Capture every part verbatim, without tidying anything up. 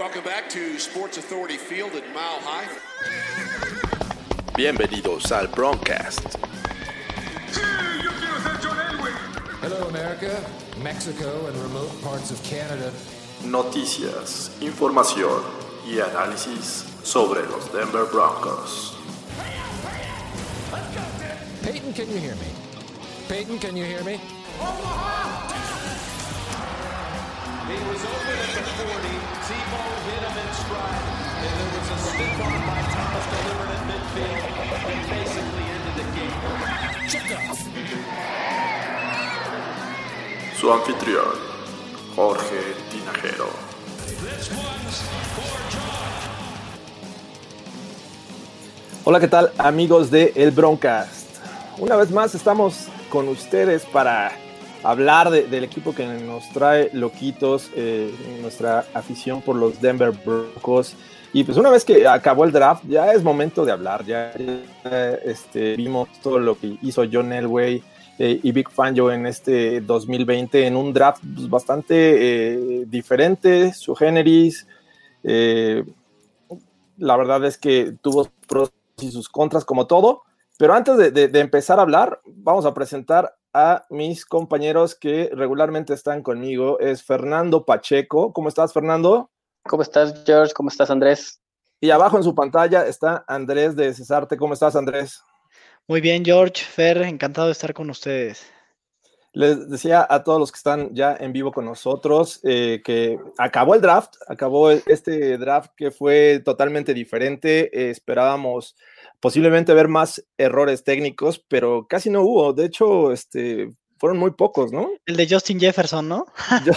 Welcome back to Sports Authority Field at Mile High. Bienvenidos al Broncast. Sí, yo quiero ser John Elway. Hello, America, Mexico, and remote parts of Canada. Noticias, información y análisis sobre los Denver Broncos. Peyton, can you hear me? Peyton, can you hear me? He was open at the forty. Tebow hit him in stride, and there was a stiff-on by Thomas delivered at midfield and basically ended the game. Check off. Su anfitrión, Jorge Tinajero. This one's for John. Hola, ¿qué tal, amigos de El Broncast? Una vez más estamos con ustedes para hablar de, del equipo que nos trae loquitos, eh, nuestra afición por los Denver Broncos. Y pues una vez que acabó el draft, ya es momento de hablar. Ya, ya este, vimos todo lo que hizo John Elway eh, y Vic Fangio en este dos mil veinte, en un draft pues, bastante eh, diferente, su generis. Eh, la verdad es que tuvo pros y sus contras como todo. Pero antes de, de, de empezar a hablar, vamos a presentar a mis compañeros que regularmente están conmigo. Es Fernando Pacheco. ¿Cómo estás, Fernando? ¿Cómo estás, George? ¿Cómo estás, Andrés? Y abajo en su pantalla está Andrés de Cesarte. ¿Cómo estás, Andrés? Muy bien, George, Fer, encantado de estar con ustedes. Les decía a todos los que están ya en vivo con nosotros eh, que acabó el draft, acabó este draft que fue totalmente diferente. Eh, esperábamos posiblemente ver más errores técnicos, pero casi no hubo. De hecho, este, fueron muy pocos, ¿no? El de Justin Jefferson, ¿no? Yo...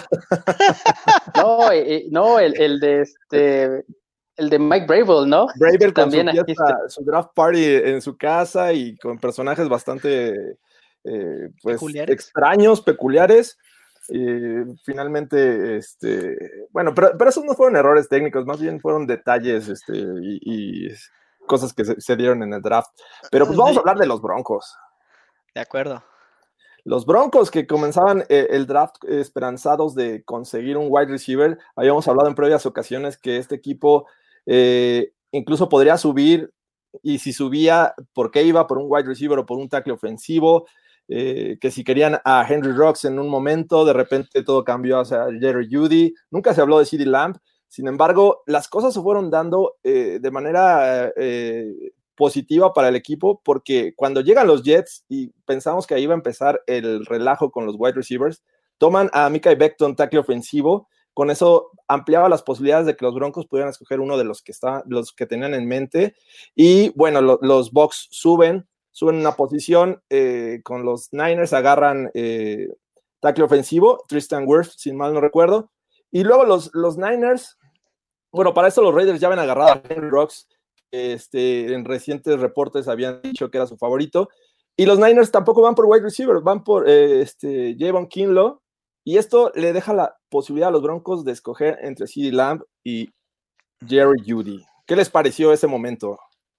no, eh, no, el, el de este... El de Mike Vrabel, ¿no? Vrabel con También su, fiesta, su draft party en su casa y con personajes bastante eh, pues, peculiares. extraños, peculiares. Eh, finalmente, este, bueno, pero, pero esos no fueron errores técnicos, más bien fueron detalles este, y, y cosas que se, se dieron en el draft. Pero pues vamos a hablar de los Broncos. De acuerdo. Los Broncos que comenzaban eh, el draft eh, esperanzados de conseguir un wide receiver. Habíamos hablado en previas ocasiones que este equipo eh, incluso podría subir, y si subía, ¿por qué iba? ¿Por un wide receiver o por un tackle ofensivo? Eh, que si querían a Henry Ruggs en un momento, de repente todo cambió hacia Jerry Jeudy. Nunca se habló de CeeDee Lamb. Sin embargo, las cosas se fueron dando eh, de manera eh, positiva para el equipo, porque cuando llegan los Jets y pensamos que ahí iba a empezar el relajo con los wide receivers, toman a Mekhi Becton, tackle ofensivo. Con eso ampliaba las posibilidades de que los Broncos pudieran escoger uno de los que, está, los que tenían en mente. Y bueno, lo, los Bucs suben, suben una posición, eh, con los Niners agarran eh, tackle ofensivo, Tristan Wirfs, sin mal no recuerdo. Y luego los, los Niners, bueno, para eso los Raiders ya habían agarrado a Henry Ruggs. Este, en recientes reportes habían dicho que era su favorito, y los Niners tampoco van por wide receiver, van por eh, este, Javon Kinlaw, y esto le deja la posibilidad a los Broncos de escoger entre CeeDee Lamb y Jerry Jeudy. ¿Qué les pareció ese momento?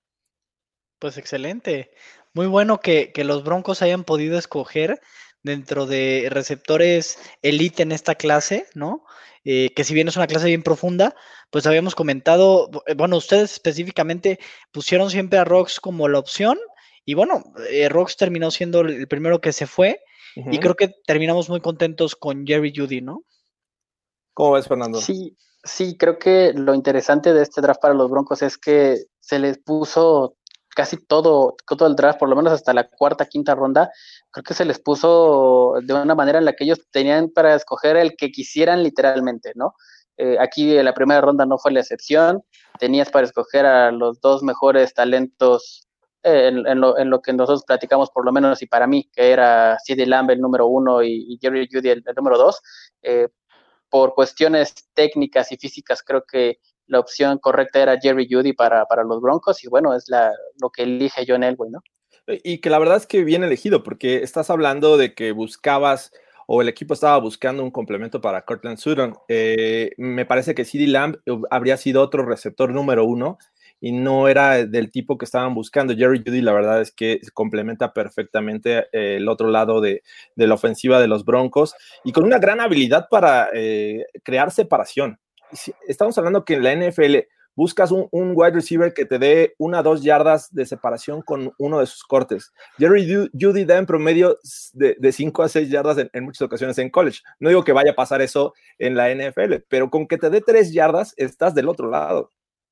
Pues excelente, muy bueno que, que los Broncos hayan podido escoger dentro de receptores elite en esta clase, ¿no? Eh, que si bien es una clase bien profunda, pues habíamos comentado, bueno, ustedes específicamente pusieron siempre a Ruggs como la opción, y bueno, eh, Ruggs terminó siendo el primero que se fue, uh-huh. Y creo que terminamos muy contentos con Jerry Jeudy, ¿no? ¿Cómo ves, Fernando? Sí, sí, creo que lo interesante de este draft para los Broncos es que se les puso casi todo, todo el draft, por lo menos hasta la cuarta, quinta ronda, creo que se les puso de una manera en la que ellos tenían para escoger el que quisieran literalmente, ¿no? Eh, aquí la primera ronda no fue la excepción, tenías para escoger a los dos mejores talentos eh, en, en, lo, en lo que nosotros platicamos, por lo menos, y para mí, que era CeeDee Lamb el número uno y, y Jerry Jeudy el, el número dos. Eh, por cuestiones técnicas y físicas, creo que la opción correcta era Jerry Jeudy para, para los Broncos, y bueno, es la, lo que elige John Elway, ¿no? Y que la verdad es que bien elegido, porque estás hablando de que buscabas, o el equipo estaba buscando un complemento para Courtland Sutton. Eh, me parece que CeeDee Lamb habría sido otro receptor número uno, y no era del tipo que estaban buscando. Jerry Jeudy, la verdad es que complementa perfectamente eh, el otro lado de, de la ofensiva de los Broncos, y con una gran habilidad para eh, crear separación. si, estamos hablando que en la N F L buscas un, un wide receiver que te dé una o dos yardas de separación con uno de sus cortes. Jerry Jeudy da en promedio de, de cinco a seis yardas en, en muchas ocasiones en college. No digo que vaya a pasar eso en la N F L, pero con que te dé tres yardas, estás del otro lado.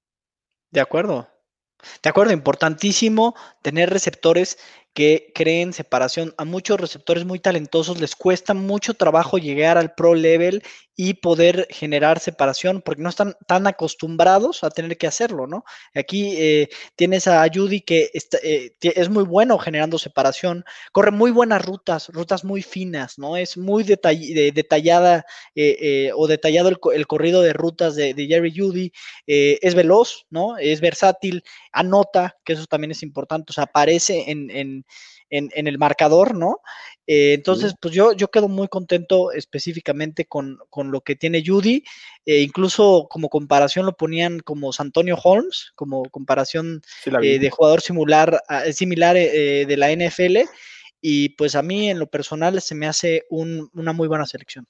De acuerdo. De acuerdo, importantísimo tener receptores que creen separación. A muchos receptores muy talentosos les cuesta mucho trabajo llegar al pro level y poder generar separación porque no están tan acostumbrados a tener que hacerlo, ¿no? Aquí eh, tienes a Jeudy que está, eh, es muy bueno generando separación, corre muy buenas rutas, rutas muy finas, ¿no? Es muy detall de, detallada eh, eh, o detallado el, el corrido de rutas de, de Jerry Jeudy, eh, es veloz, ¿no? Es versátil, anota, que eso también es importante, o sea, aparece en, en En, en el marcador, ¿no? Eh, entonces, sí. pues yo, yo quedo muy contento específicamente con, con lo que tiene Jeudy, eh, incluso como comparación lo ponían como Santonio Holmes, como comparación sí, eh, de jugador similar, similar eh, de la N F L, y pues a mí en lo personal se me hace un, una muy buena selección.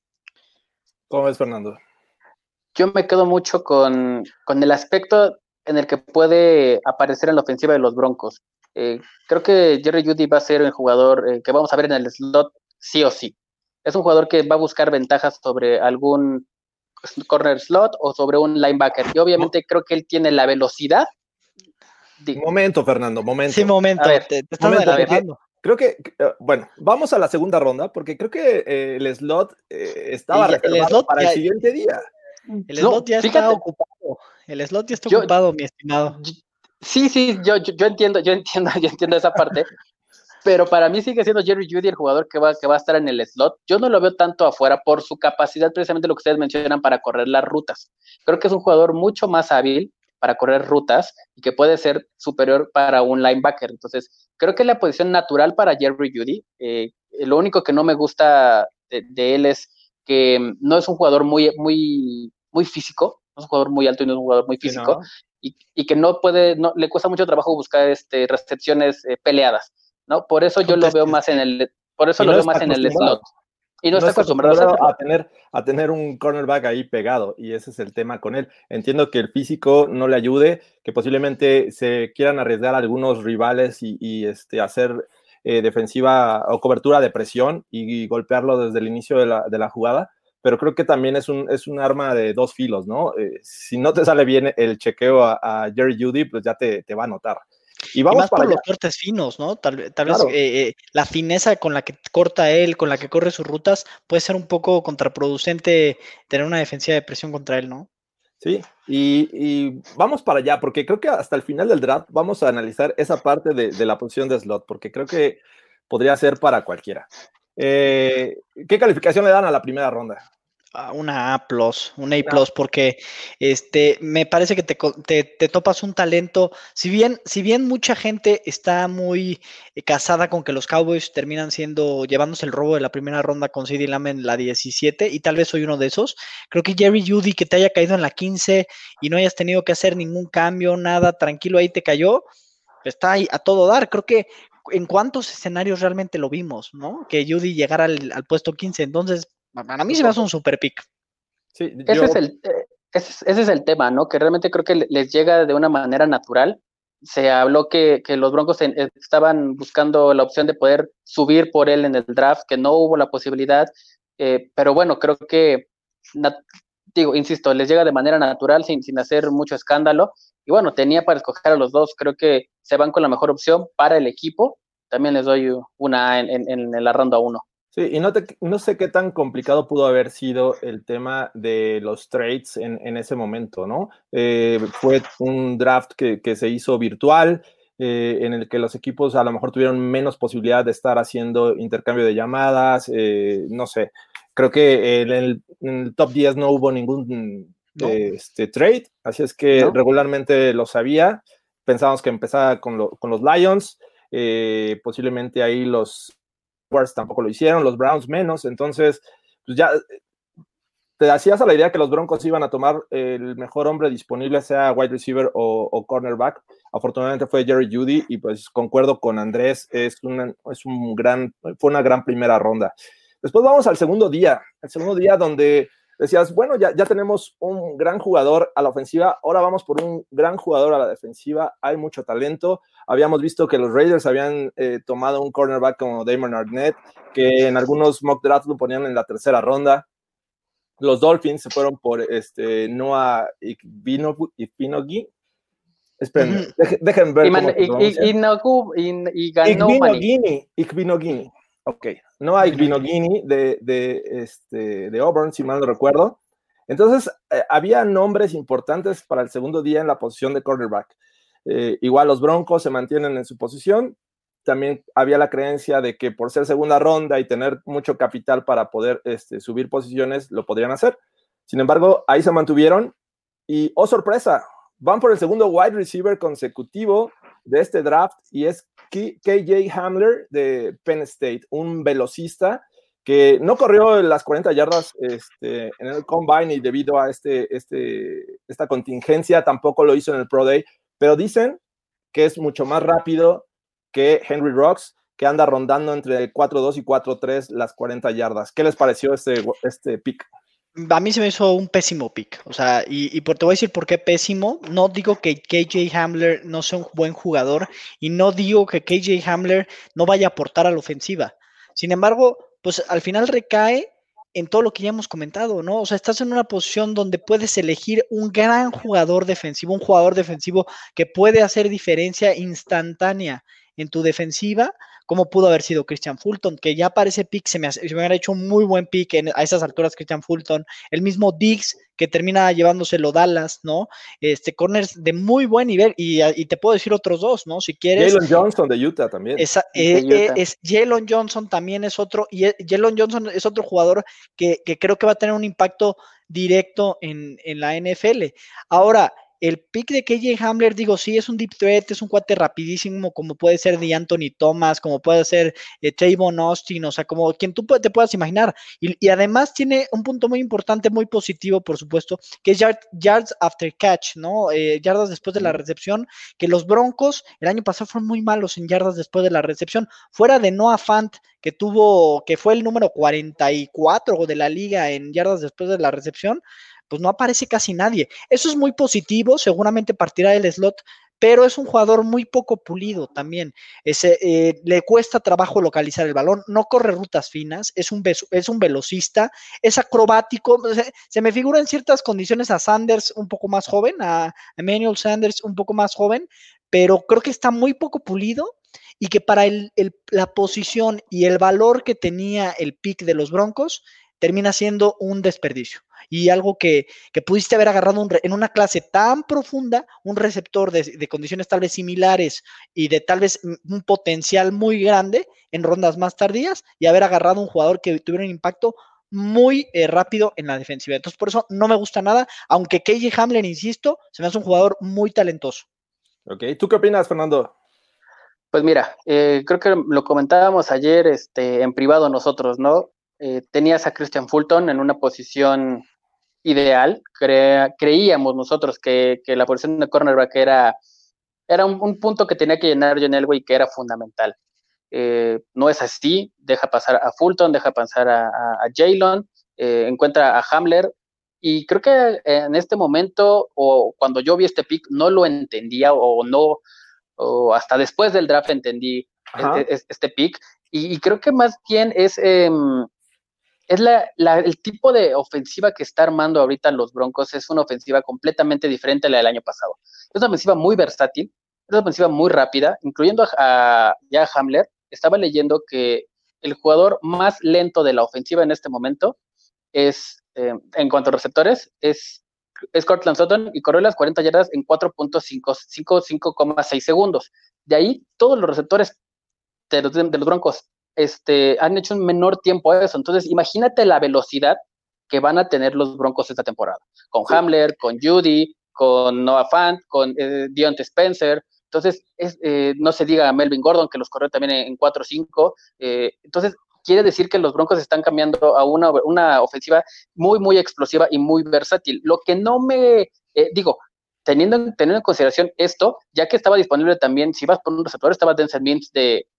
¿Cómo ves, Fernando? Yo me quedo mucho con, con el aspecto en el que puede aparecer en la ofensiva de los Broncos. Eh, creo que Jerry Jeudy va a ser el jugador eh, que vamos a ver en el slot sí o sí. Es un jugador que va a buscar ventajas sobre algún corner slot o sobre un linebacker. Y obviamente creo que él tiene la velocidad. De... Momento, Fernando, momento. Sí, momento. A ver, te, te estás momento, adelantando. Creo que, bueno, vamos a la segunda ronda porque creo que eh, el slot eh, estaba ya, reservado el slot para ya, el siguiente día. El slot no, ya fíjate, está ocupado. El slot ya está yo, ocupado, mi estimado. Yo, Sí, sí, yo, yo, yo entiendo, yo entiendo, yo entiendo esa parte, pero para mí sigue siendo Jerry Jeudy el jugador que va, que va a estar en el slot. Yo no lo veo tanto afuera por su capacidad, precisamente lo que ustedes mencionan, para correr las rutas. Creo que es un jugador mucho más hábil para correr rutas y que puede ser superior para un linebacker. Entonces, creo que es la posición natural para Jerry Jeudy. Eh, lo único que no me gusta de, de él es que no es un jugador muy, muy, muy físico, no es un jugador muy alto y no es un jugador muy físico. Sí, no. Y, y que no puede, no, le cuesta mucho trabajo buscar este, recepciones eh, peleadas, ¿no? Por eso yo lo veo más en el, por eso lo veo más en el slot. Y no, no está acostumbrado, acostumbrado a, a tener a tener un cornerback ahí pegado, y ese es el tema con él. Entiendo que el físico no le ayude, que posiblemente se quieran arriesgar a algunos rivales y, y este, hacer eh, defensiva o cobertura de presión y, y golpearlo desde el inicio de la, de la jugada. Pero creo que también es un, es un arma de dos filos, ¿no? Eh, si no te sale bien el chequeo a, a Jerry Jeudy, pues ya te, te va a notar. Y, vamos y más para por allá. Los cortes finos, ¿no? Tal, tal claro. vez eh, eh, la fineza con la que corta él, con la que corre sus rutas, puede ser un poco contraproducente tener una defensiva de presión contra él, ¿no? Sí, y, y vamos para allá, porque creo que hasta el final del draft vamos a analizar esa parte de, de la posición de slot, porque creo que podría ser para cualquiera. Eh, ¿Qué calificación le dan a la primera ronda? Una A plus, una A plus, porque este, me parece que te, te, te topas un talento, si bien, si bien mucha gente está muy eh, casada con que los Cowboys terminan siendo, llevándose el robo de la primera ronda con CeeDee Lamb en la diecisiete, y tal vez soy uno de esos, creo que Jerry Jeudy, que te haya caído en la quince y no hayas tenido que hacer ningún cambio, nada, tranquilo, ahí te cayó, está ahí a todo dar. Creo que en cuántos escenarios realmente lo vimos, ¿no? Que Jeudy llegara al, al puesto quince, entonces para mí se me hace un super pick. Sí, yo... ese, es el, ese, ese es el tema, ¿no? Que realmente creo que les llega de una manera natural. Se habló que, que los Broncos en, estaban buscando la opción de poder subir por él en el draft, que no hubo la posibilidad, eh, pero bueno, creo que, na, digo, insisto, les llega de manera natural, sin, sin hacer mucho escándalo, y bueno, tenía para escoger a los dos. Creo que se van con la mejor opción para el equipo. También les doy una A en, en, en la ronda uno. Sí, y no, te, no sé qué tan complicado pudo haber sido el tema de los trades en, en ese momento, ¿no? Eh, fue un draft que, que se hizo virtual, eh, en el que los equipos a lo mejor tuvieron menos posibilidad de estar haciendo intercambio de llamadas, eh, no sé. Creo que en el, en el top diez no hubo ningún no. eh, este, trade, así es que no. regularmente lo sabía. Pensábamos que empezaba con, lo, con los Lions, eh, posiblemente ahí los Wars tampoco lo hicieron, los Browns menos, entonces pues ya te hacías a la idea que los Broncos iban a tomar el mejor hombre disponible, sea wide receiver o, o cornerback. Afortunadamente fue Jerry Jeudy, y pues concuerdo con Andrés, es una, es un gran, fue una gran primera ronda. Después vamos al segundo día, el segundo día donde decías, bueno, ya, ya tenemos un gran jugador a la ofensiva, ahora vamos por un gran jugador a la defensiva, hay mucho talento. Habíamos visto que los Raiders habían eh, tomado un cornerback como Damon Arnett, que en algunos mock drafts lo ponían en la tercera ronda. Los Dolphins se fueron por este, Noah Igbinoghene. Esperen, uh-huh. dejen, dejen ver Iman, cómo se pronuncia. Igbinoghene. Igbinoghene. Ok, Noah Igbinoghene de, de, este, de Auburn, si mal no recuerdo. Entonces, eh, había nombres importantes para el segundo día en la posición de cornerback. Eh, igual los Broncos se mantienen en su posición. También había la creencia de que por ser segunda ronda y tener mucho capital para poder este, subir posiciones, lo podrían hacer. Sin embargo, ahí se mantuvieron y, oh sorpresa, van por el segundo wide receiver consecutivo de este draft y es K J Hamler de Penn State, un velocista que no corrió las cuarenta yardas este, en el Combine y debido a este, este, esta contingencia tampoco lo hizo en el Pro Day, pero dicen que es mucho más rápido que Henry Ruggs, que anda rondando entre cuatro dos y cuatro tres las cuarenta yardas. ¿Qué les pareció este, este pick? A mí se me hizo un pésimo pick, o sea, y, y por, te voy a decir por qué pésimo. No digo que K J Hamler no sea un buen jugador y no digo que K J Hamler no vaya a aportar a la ofensiva. Sin embargo, pues al final recae en todo lo que ya hemos comentado, ¿no? O sea, estás en una posición donde puedes elegir un gran jugador defensivo, un jugador defensivo que puede hacer diferencia instantánea en tu defensiva, como pudo haber sido Christian Fulton, que ya para ese pick se me, se me hubiera hecho un muy buen pick en, a esas alturas Christian Fulton, el mismo Diggs, que termina llevándoselo Dallas, ¿no? Este, corners de muy buen nivel, y, y te puedo decir otros dos, ¿no? Si quieres. Jalen Johnson de Utah también. Esa, eh, de Utah. Eh, es, Jalen Johnson también es otro, y Jalen Johnson es otro jugador que, que creo que va a tener un impacto directo en, en la N F L. Ahora, el pick de K J Hamler, digo, sí, es un deep threat, es un cuate rapidísimo, como puede ser de Anthony Thomas, como puede ser eh, Tavon Austin, o sea, como quien tú te puedas imaginar. Y, y además tiene un punto muy importante, muy positivo, por supuesto, que es yard, yards after catch, ¿no? Eh, yardas después de la recepción, que los Broncos el año pasado fueron muy malos en yardas después de la recepción, fuera de Noah Fant, que tuvo, que fue el número cuarenta y cuatro de la liga en yardas después de la recepción, pues no aparece casi nadie. Eso es muy positivo, seguramente partirá del slot, pero es un jugador muy poco pulido también. Ese, eh, le cuesta trabajo localizar el balón, no corre rutas finas, es un, es un velocista, es acrobático. Se, se me figura en ciertas condiciones a Sanders un poco más joven, a Emmanuel Sanders un poco más joven, pero creo que está muy poco pulido y que para el, el, la posición y el valor que tenía el pick de los Broncos termina siendo un desperdicio. Y algo que, que pudiste haber agarrado un, en una clase tan profunda, un receptor de, de condiciones tal vez similares y de tal vez un potencial muy grande en rondas más tardías y haber agarrado un jugador que tuviera un impacto muy eh, rápido en la defensiva. Entonces, por eso no me gusta nada, aunque K J Hamler, insisto, se me hace un jugador muy talentoso. Ok, ¿tú qué opinas, Fernando? Pues mira, eh, creo que lo comentábamos ayer este, en privado nosotros, ¿no? Eh, tenías a Christian Fulton en una posición ideal, Cre- creíamos nosotros que, que la posición de cornerback era, era un, un punto que tenía que llenar John Elway, que era fundamental. Eh, no es así, deja pasar a Fulton, deja pasar a, a, a Jalen, eh, encuentra a Hamler, y creo que en este momento, o cuando yo vi este pick, no lo entendía, o no, o hasta después del draft entendí este, este pick, y, y creo que más bien es... Eh, Es la, la, el tipo de ofensiva que está armando ahorita los Broncos es una ofensiva completamente diferente a la del año pasado. Es una ofensiva muy versátil, es una ofensiva muy rápida, incluyendo a, a, ya a Hamler. Estaba leyendo que el jugador más lento de la ofensiva en este momento es, eh, en cuanto a receptores, es, es Courtland Sutton y corrió las cuarenta yardas en cuatro punto cinco coma seis segundos. De ahí, todos los receptores de los, de los Broncos Este, han hecho un menor tiempo a eso. Entonces, imagínate la velocidad que van a tener los Broncos esta temporada. Con sí. Hamler, con Judy, con Noah Fant, con eh, Deontay Spencer. Entonces, es, eh, no se diga Melvin Gordon, que los corrió también en, en cuatro cinco. Eh, entonces, quiere decir que los Broncos están cambiando a una, una ofensiva muy, muy explosiva y muy versátil. Lo que no me... Eh, digo, teniendo, teniendo en consideración esto, ya que estaba disponible también, si vas por un receptor, estaba Denzel Mims de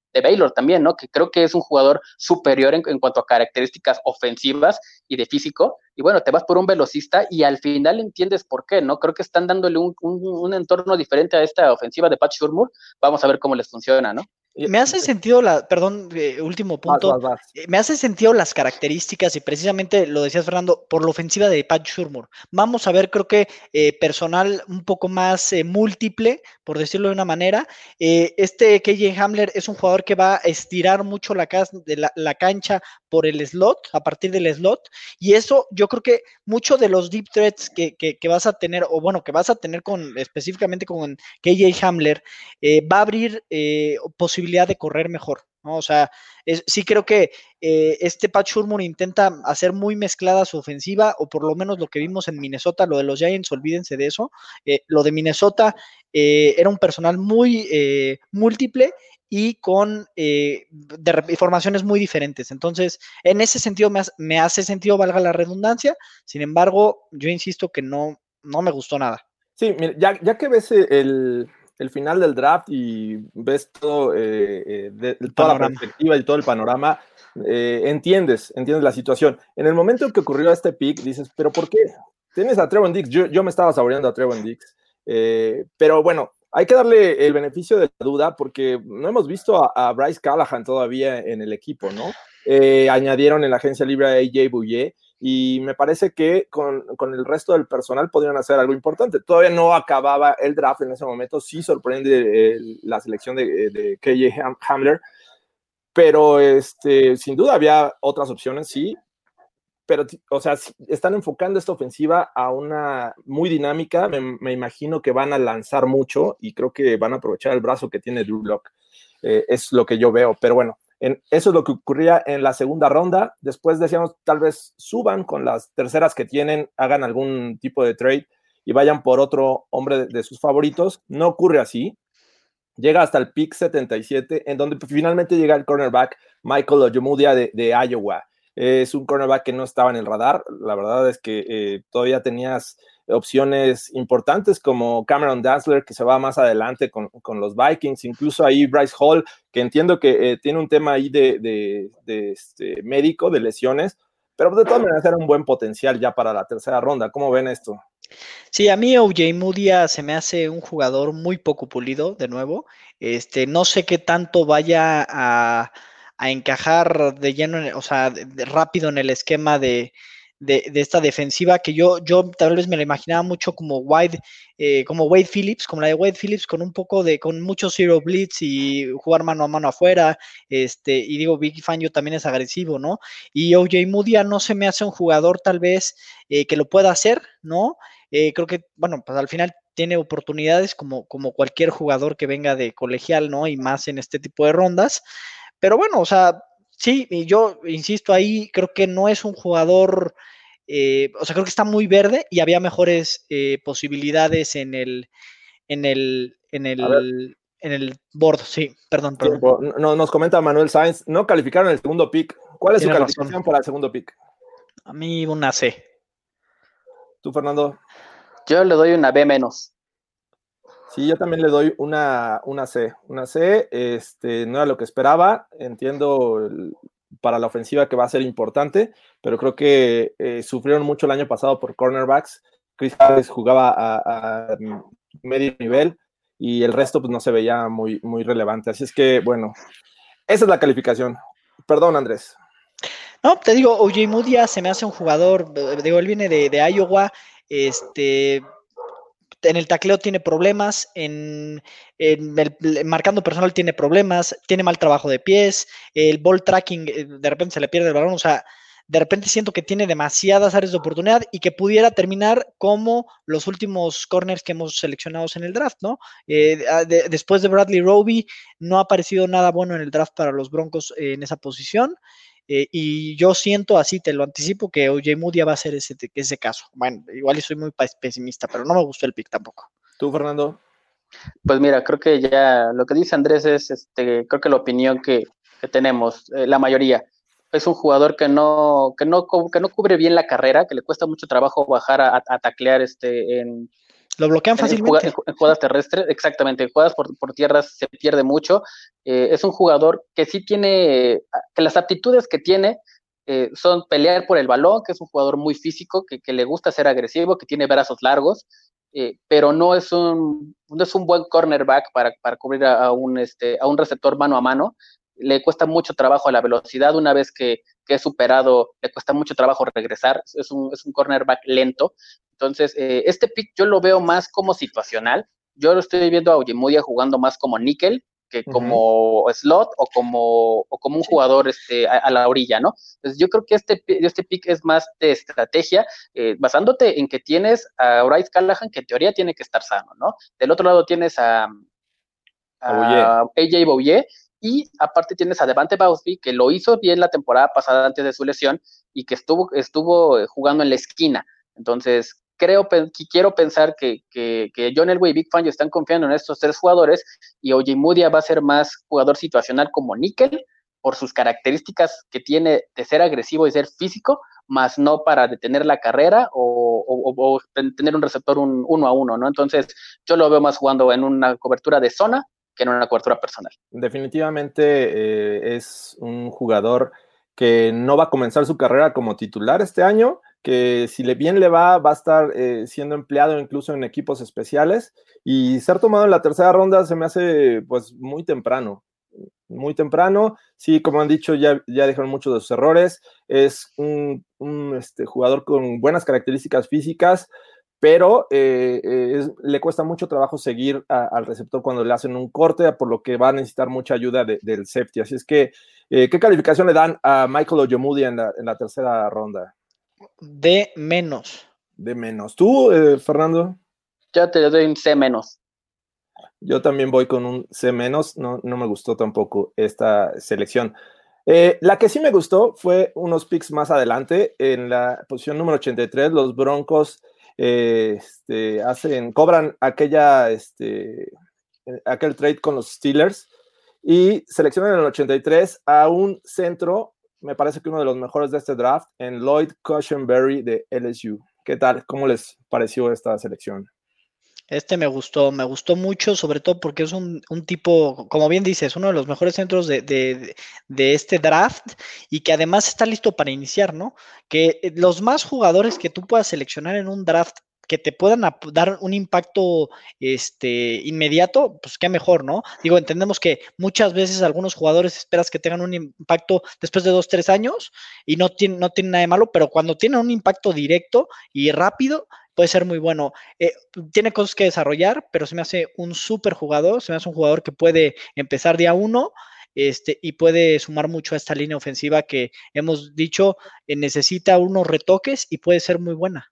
de Baylor también, ¿no? Que creo que es un jugador superior en, en cuanto a características ofensivas y de físico, y bueno, te vas por un velocista y al final entiendes por qué, ¿no? Creo que están dándole un, un, un entorno diferente a esta ofensiva de Pat Shurmur. Vamos a ver cómo les funciona, ¿no? Me hace sentido la, perdón, eh, último punto, vas, vas, vas. Eh, me hace sentido las características y precisamente lo decías, Fernando, por la ofensiva de Pat Shurmur. Vamos a ver, creo que eh, personal un poco más eh, múltiple, por decirlo de una manera. Eh, este K J Hamler es un jugador que va a estirar mucho la, de la, la cancha por el slot, a partir del slot, y eso yo creo que muchos de los deep threats que, que, que vas a tener, o bueno, que vas a tener con específicamente con K J Hamler, eh, va a abrir eh, posibilidades de correr mejor, ¿no? O sea, es, sí creo que eh, este Pat Shurmur intenta hacer muy mezclada su ofensiva, o por lo menos lo que vimos en Minnesota. Lo de los Giants, olvídense de eso. Eh, lo de Minnesota eh, era un personal muy eh, múltiple y con eh, de formaciones muy diferentes. Entonces, en ese sentido me, me hace sentido, valga la redundancia. Sin embargo, yo insisto que no, no me gustó nada. Sí, mira, ya, ya que ves el... el final del draft y ves todo, eh, eh, de, de toda panorama. La perspectiva y todo el panorama, eh, entiendes, entiendes la situación. En el momento en que ocurrió este pick, dices, ¿pero por qué? Tienes a Trevon Diggs, yo, yo me estaba saboreando a Trevon Diggs, eh, pero bueno, hay que darle el beneficio de la duda porque no hemos visto a, a Bryce Callahan todavía en el equipo, ¿no? Eh, añadieron en la agencia libre a A J Bouye, y me parece que con, con el resto del personal podrían hacer algo importante. Todavía no acababa el draft en ese momento, sí sorprende eh, la selección de, de K J Hamler, pero este, sin duda había otras opciones, sí, pero, o sea, están enfocando esta ofensiva a una muy dinámica. Me, me imagino que van a lanzar mucho y creo que van a aprovechar el brazo que tiene Drew Lock. Eh, es lo que yo veo, pero bueno, en, eso es lo que ocurría en la segunda ronda. Después decíamos, tal vez suban con las terceras que tienen, hagan algún tipo de trade y vayan por otro hombre de, de sus favoritos. No ocurre así. Llega hasta el pick setenta y siete, en donde finalmente llega el cornerback Michael Ojemudia de, de Iowa. Es un cornerback que no estaba en el radar. La verdad es que eh, todavía tenías opciones importantes como Cameron Dantzler, que se va más adelante con, con los Vikings, incluso ahí Bryce Hall, que entiendo que eh, tiene un tema ahí de, de, de este, médico, de lesiones, pero de todas maneras era un buen potencial ya para la tercera ronda. ¿Cómo ven esto? Sí, a mí Ojemudia se me hace un jugador muy poco pulido, de nuevo. Este, no sé qué tanto vaya a, a encajar de lleno, en, o sea, de, de rápido en el esquema de, de, de esta defensiva, que yo, yo tal vez me la imaginaba mucho como Wade, eh, como Wade Phillips, como la de Wade Phillips, con un poco de, con mucho zero blitz y jugar mano a mano afuera. Este, y digo, Big Fangio también es agresivo, ¿no? Y Ojemudia no se me hace un jugador tal vez eh, que lo pueda hacer, ¿no? Eh, creo que, bueno, pues al final tiene oportunidades como, como cualquier jugador que venga de colegial, ¿no? Y más en este tipo de rondas. Pero bueno, o sea, sí, y yo insisto ahí, creo que no es un jugador, eh, o sea, creo que está muy verde y había mejores eh, posibilidades en el, en el, en el, en el board, sí, perdón, perdón. Sí, no, nos comenta Manuel Sainz, no calificaron el segundo pick. ¿Cuál es Tiene su calificación razón. para el segundo pick? A mí una C. ¿Tú, Fernando? Yo le doy una B menos. Sí, yo también le doy una, una C. Una C, este, no era lo que esperaba. Entiendo el, para la ofensiva que va a ser importante, pero creo que eh, sufrieron mucho el año pasado por cornerbacks. Chris Harris jugaba a, a medio nivel y el resto pues no se veía muy, muy relevante. Así es que, bueno, esa es la calificación. Perdón, Andrés. No, te digo, Ojemudia se me hace un jugador, digo, él viene de, de Iowa, este, en el tacleo tiene problemas, en, en el marcando personal tiene problemas, tiene mal trabajo de pies, el ball tracking, de repente se le pierde el balón, o sea, de repente siento que tiene demasiadas áreas de oportunidad y que pudiera terminar como los últimos corners que hemos seleccionado en el draft, ¿no? Eh, de, después de Bradley Roby, no ha aparecido nada bueno en el draft para los Broncos eh, en esa posición. Eh, y yo siento, así te lo anticipo, que Ojemudia va a ser ese, ese caso. Bueno, igual soy muy pesimista, pero no me gustó el pick tampoco. ¿Tú, Fernando? Pues mira, creo que ya lo que dice Andrés es, este, creo que la opinión que, que tenemos, eh, la mayoría, es un jugador que no, que no, que no cubre bien la carrera, que le cuesta mucho trabajo bajar a, a taclear este, en, Lo bloquean En, fácilmente. en, en jugadas terrestres, exactamente, en jugadas por, por tierras se pierde mucho. Eh, es un jugador que sí tiene, que las aptitudes que tiene eh, son pelear por el balón, que es un jugador muy físico, que, que le gusta ser agresivo, que tiene brazos largos, eh, pero no es un, no es un buen cornerback para, para cubrir a, a, un, este, a un receptor mano a mano. Le cuesta mucho trabajo a la velocidad, una vez que, que es superado, le cuesta mucho trabajo regresar, es un, es un cornerback lento. Entonces, eh, este pick yo lo veo más como situacional. Yo lo estoy viendo a Ojemudia jugando más como níquel que como uh-huh. slot o como, o como un jugador este, a, a la orilla, ¿no? Entonces, yo creo que este, este pick es más de estrategia, eh, basándote en que tienes a Bryce Callahan, que en teoría tiene que estar sano, ¿no? Del otro lado tienes a, a A J Bouye, y aparte tienes a Devante Bowsby, que lo hizo bien la temporada pasada antes de su lesión y que estuvo, estuvo jugando en la esquina. Entontonces, creo, quiero pensar que, que, que John Elway y Big Fangio están confiando en estos tres jugadores y Ojemudia va a ser más jugador situacional como níquel por sus características que tiene de ser agresivo y ser físico, más no para detener la carrera o, o, o tener un receptor un, uno a uno, ¿no? Entonces, yo lo veo más jugando en una cobertura de zona que en una cobertura personal. Definitivamente eh, es un jugador que no va a comenzar su carrera como titular este año, que si le bien le va, va a estar eh, siendo empleado incluso en equipos especiales, y ser tomado en la tercera ronda se me hace pues muy temprano, muy temprano. Sí, como han dicho, ya, ya dijeron muchos de sus errores, es un, un este, jugador con buenas características físicas, pero eh, eh, es, le cuesta mucho trabajo seguir a, al receptor cuando le hacen un corte, por lo que va a necesitar mucha ayuda de, del safety. Así es que, eh, ¿qué calificación le dan a Michael Ojemudia en la, en la tercera ronda? De menos. De menos. ¿Tú, eh, Fernando? Yo te doy un C menos. Yo también voy con un C menos, no, no me gustó tampoco esta selección. Eh, la que sí me gustó fue unos picks más adelante, en la posición número ochenta y tres, los Broncos Eh, este, hacen, cobran aquella, este, aquel trade con los Steelers y seleccionan en el ochenta y tres a un centro, me parece que uno de los mejores de este draft, en Lloyd Cushenberry de L S U. ¿Qué tal? ¿Cómo les pareció esta selección? Este me gustó, me gustó mucho, sobre todo porque es un, un tipo, como bien dices, uno de los mejores centros de, de, de este draft y que además está listo para iniciar, ¿no? Que los más jugadores que tú puedas seleccionar en un draft que te puedan dar un impacto este, inmediato, pues qué mejor, ¿no? Digo, entendemos que muchas veces algunos jugadores esperas que tengan un impacto después de dos, tres años y no tiene, no tiene nada de malo, pero cuando tienen un impacto directo y rápido, puede ser muy bueno. Eh, tiene cosas que desarrollar, pero se me hace un súper jugador, se me hace un jugador que puede empezar día uno este, y puede sumar mucho a esta línea ofensiva que hemos dicho eh, necesita unos retoques y puede ser muy buena.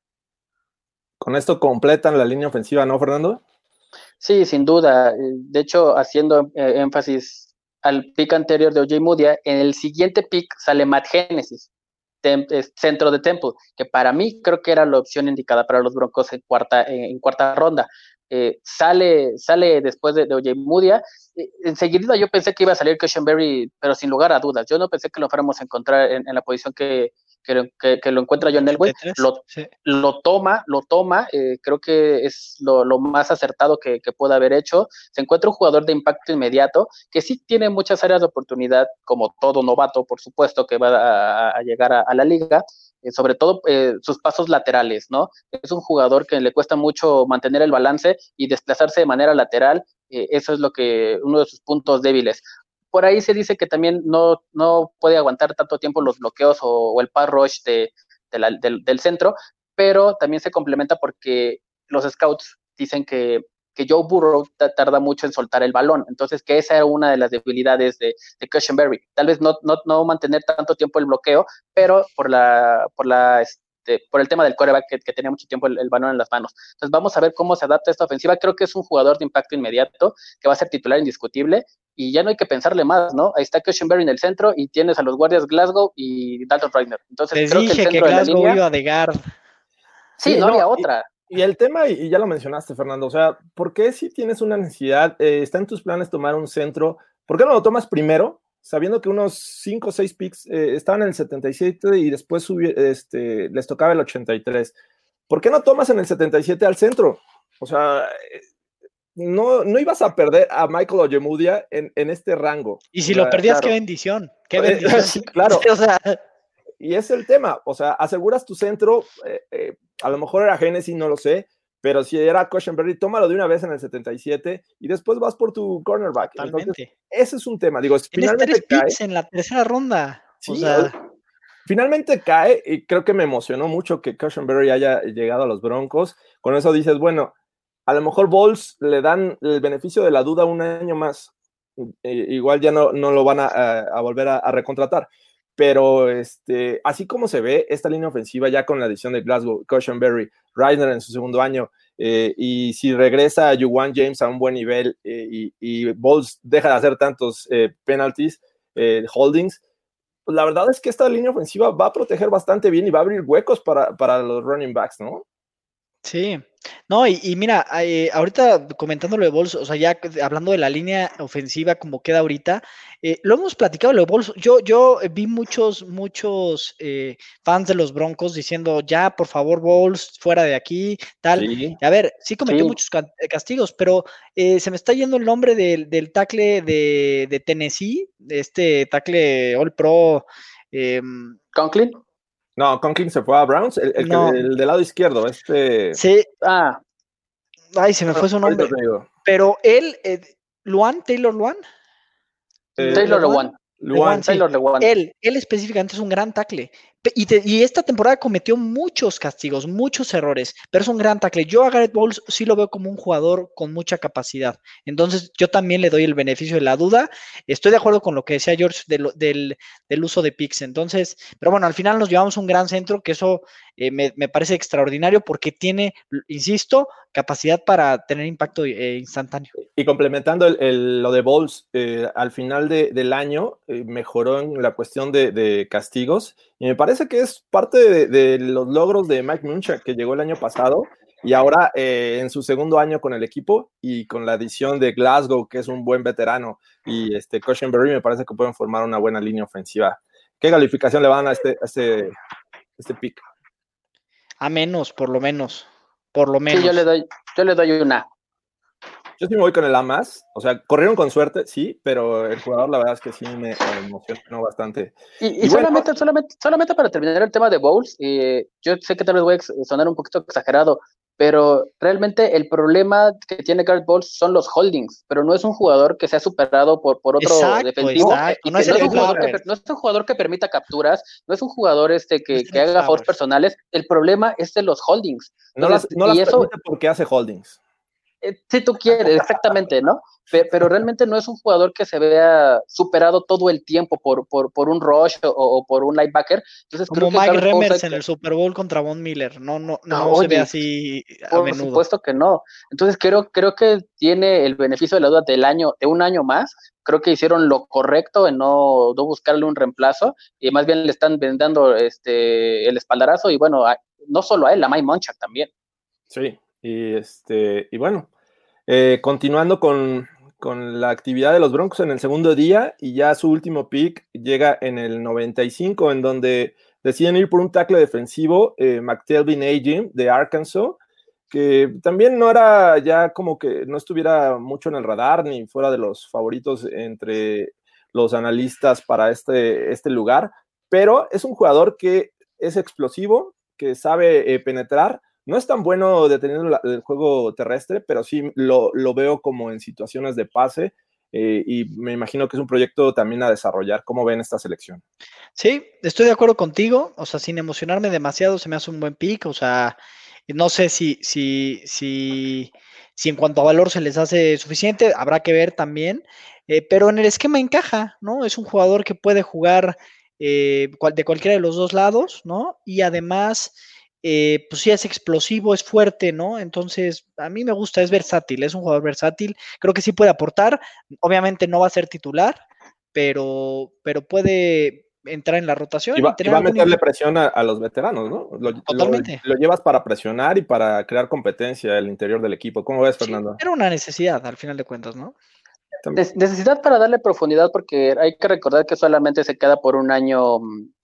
Con esto completan la línea ofensiva, ¿no, Fernando? Sí, sin duda. De hecho, haciendo eh, énfasis al pick anterior de Ojemudia, en el siguiente pick sale Matt Genesis, centro de Temple, que para mí creo que era la opción indicada para los Broncos en cuarta, en cuarta ronda. Eh, sale, sale después de, de Ojemudia. Eh, enseguida yo pensé que iba a salir Cushenberry, pero sin lugar a dudas. Yo no pensé que lo fuéramos a encontrar en, en la posición que, que, que, que lo encuentra John Elway. Lo, sí. lo toma, lo toma. Eh, creo que es lo, lo más acertado que, que puede haber hecho. Se encuentra un jugador de impacto inmediato que sí tiene muchas áreas de oportunidad, como todo novato, por supuesto, que va a, a llegar a, a la liga. Eh, sobre todo eh, sus pasos laterales, ¿no? Es un jugador que le cuesta mucho mantener el balance y desplazarse de manera lateral, eh, eso es lo que, uno de sus puntos débiles. Por ahí se dice que también no, no puede aguantar tanto tiempo los bloqueos o, o el pass rush de, de la, del, del centro, pero también se complementa porque los scouts dicen que que Joe Burrow tarda mucho en soltar el balón, entonces que esa era una de las debilidades de, de Cushenberry, tal vez no, no, no mantener tanto tiempo el bloqueo, pero por la, por la este, por el tema del quarterback que, que tenía mucho tiempo el, el balón en las manos. Entonces vamos a ver cómo se adapta a esta ofensiva. Creo que es un jugador de impacto inmediato, que va a ser titular indiscutible, y ya no hay que pensarle más, ¿no? Ahí está Cushenberry en el centro, y tienes a los guardias Glasgow y Dalton Reisner. Entonces Les creo dije que el centro que de la Glasgow línea... iba de guard. Sí, sí, no, no había otra. Y el tema, y ya lo mencionaste, Fernando, o sea, ¿por qué si tienes una necesidad, eh, está en tus planes tomar un centro, ¿por qué no lo tomas primero, sabiendo que unos cinco o seis picks eh, estaban en el setenta y siete y después subi, este, les tocaba el ochenta y tres? ¿Por qué no tomas en el setenta y siete al centro? O sea, no, no ibas a perder a Michael Ojemudia en, en este rango. Y si o sea, lo perdías, claro. qué bendición, qué bendición. Sí, claro. O sea, Y es el tema, o sea, aseguras tu centro, eh, eh, a lo mejor era Genesis, no lo sé, pero si era Cushenberry, tómalo de una vez en el setenta y siete y después vas por tu cornerback. totalmente. Entonces, ese es un tema. Digo, Tienes finalmente tres cae. picks en la tercera ronda. Sí, o sea, finalmente cae y creo que me emocionó mucho que Cushenberry haya llegado a los Broncos. Con eso dices, bueno, a lo mejor Bowles le dan el beneficio de la duda un año más. E, igual ya no, no lo van a, a, a volver a, a recontratar. Pero este, así como se ve esta línea ofensiva ya con la adición de Glasgow, Cushenberry, Reisner en su segundo año, eh, y si regresa a Juwan James a un buen nivel eh, y, y Bowles deja de hacer tantos eh, penalties, eh, holdings, pues la verdad es que esta línea ofensiva va a proteger bastante bien y va a abrir huecos para, para los running backs, ¿no? sí, no, y, y mira, eh, ahorita comentando lo de Bowles, o sea, ya hablando de la línea ofensiva como queda ahorita, eh, lo hemos platicado lo de Bowles. Yo, yo vi muchos, muchos eh, fans de los Broncos diciendo, ya, por favor, Bowles, fuera de aquí, tal. Sí. Y a ver, sí cometió Sí. muchos castigos, pero eh, se me está yendo el nombre del, del tackle de, de Tennessee, este tackle All Pro. Eh, ¿Conklin? No, Conklin se fue a Browns, el, el, no. el del lado izquierdo, este... Sí. Ah. Ay, se me fue su nombre. Digo. Pero él, eh, Luan, Taylor Luan. Eh, Taylor Lewan. Luan, sí. Taylor Lewan. Él, él específicamente es un gran tackle. Y, te, y esta temporada cometió muchos castigos, muchos errores, pero es un gran tackle. Yo a Garrett Bowles sí lo veo como un jugador con mucha capacidad. Entonces, yo también le doy el beneficio de la duda. Estoy de acuerdo con lo que decía George del, del, del uso de picks. Entonces, pero bueno, al final nos llevamos un gran centro, que eso eh, me, me parece extraordinario porque tiene, insisto, capacidad para tener impacto eh, instantáneo. Y complementando el, el, lo de Bowles, eh, al final de, del año eh, mejoró en la cuestión de, de castigos, y me parece que es parte de, de los logros de Mike Munchak, que llegó el año pasado, y ahora eh, en su segundo año con el equipo, y con la adición de Glasgow, que es un buen veterano, y este Cushenberry, me parece que pueden formar una buena línea ofensiva. ¿Qué calificación le van a este, a este, a este pick? A menos, por lo menos. Por lo menos. Sí, yo le doy, yo le doy una. Yo sí me voy con el A más, o sea, corrieron con suerte, sí, pero el jugador la verdad es que sí me, me emocionó bastante. Y, y, y solamente, bueno, solamente, solamente para terminar el tema de Bowles, eh, yo sé que tal vez voy a sonar un poquito exagerado, pero realmente el problema que tiene Garrett Bowles son los holdings, pero no es un jugador que sea superado por, por otro exacto, defensivo. Exacto. Y no, es no, es un jugador que, no es un jugador que permita capturas, no es un jugador este que, que haga force personales, el problema es de los holdings. Entonces, no las, no y las eso, porque hace holdings. Si tú quieres, exactamente, ¿no? Pero, pero realmente no es un jugador que se vea superado todo el tiempo por, por, por un rush o, o por un linebacker. Entonces, como creo que Mike Remmers que... en el Super Bowl contra Von Miller, no, no, no, no no oye, se ve así a por menudo. Por supuesto que no. Entonces creo, creo que tiene el beneficio de la duda del año, de un año más. Creo que hicieron lo correcto en no, no buscarle un reemplazo y más bien le están dando este, el espaldarazo y bueno, a, no solo a él, a Mike Munchak también. Sí, y este, y bueno. Eh, continuando con, con la actividad de los Broncos en el segundo día, y ya su último pick llega en el noventa y cinco, en donde deciden ir por un tackle defensivo, eh, McTelvin Agim de Arkansas, que también no era ya como que no estuviera mucho en el radar ni fuera de los favoritos entre los analistas para este, este lugar, pero es un jugador que es explosivo, que sabe eh, penetrar. No es tan bueno deteniendo la, el juego terrestre, pero sí lo, lo veo como en situaciones de pase eh, y me imagino que es un proyecto también a desarrollar. ¿Cómo ven esta selección? Sí, estoy de acuerdo contigo, o sea, sin emocionarme demasiado se me hace un buen pick, o sea, no sé si, si, si, si en cuanto a valor se les hace suficiente, habrá que ver también, eh, pero en el esquema encaja, ¿no? Es un jugador que puede jugar eh, de cualquiera de los dos lados, ¿no? Y además... Eh, pues sí es explosivo, es fuerte, ¿no? Entonces, a mí me gusta, es versátil, es un jugador versátil, creo que sí puede aportar, obviamente no va a ser titular, pero, pero puede entrar en la rotación. Y va, y, tener y va a meterle algún... presión a, a los veteranos, ¿no? Lo, Totalmente. Lo, lo llevas para presionar y para crear competencia al interior del equipo. ¿Cómo ves, Fernando? Sí, era una necesidad, al final de cuentas, ¿no? Necesidad para darle profundidad, porque hay que recordar que solamente se queda por un año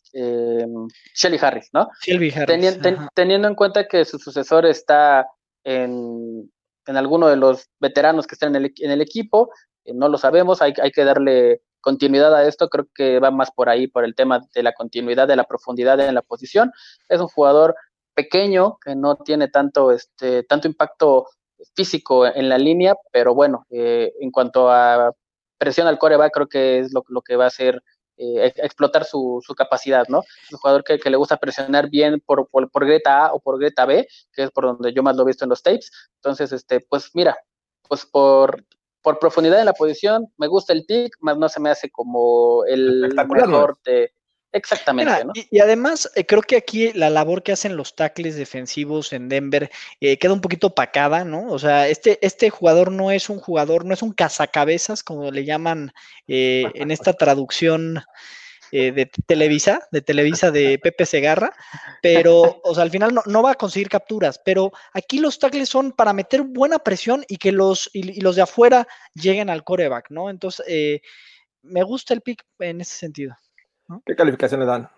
eh, Shelby Harris, ¿no? Shelby Harris. Teni ten, teniendo en cuenta que su sucesor está en, en alguno de los veteranos que estén en el, en el equipo, eh, no lo sabemos, hay, hay que darle continuidad a esto, creo que va más por ahí, por el tema de la continuidad, de la profundidad en la posición. Es un jugador pequeño, que no tiene tanto, este, tanto impacto físico en la línea, pero bueno, eh, en cuanto a presión al quarterback, creo que es lo, lo que va a hacer eh, explotar su, su capacidad, ¿no? Es un jugador que, que le gusta presionar bien por, por, por Greta A o por Greta B, que es por donde yo más lo he visto en los tapes. Entonces, este, pues mira, pues por, por profundidad en la posición, me gusta el pick, más no se me hace como el mejor de... Exactamente, Mira, ¿no? y, y además eh, creo que aquí la labor que hacen los tackles defensivos en Denver eh, queda un poquito opacada, ¿no? O sea, este, este jugador no es un jugador, no es un cazacabezas, como le llaman eh, en esta traducción eh, de Televisa, de Televisa de Pepe Segarra, pero, o sea, al final no, no va a conseguir capturas, pero aquí los tackles son para meter buena presión y que los, y, y los de afuera lleguen al quarterback, ¿no? Entonces, eh, me gusta el pick en ese sentido. ¿No? ¿Qué calificación le dan?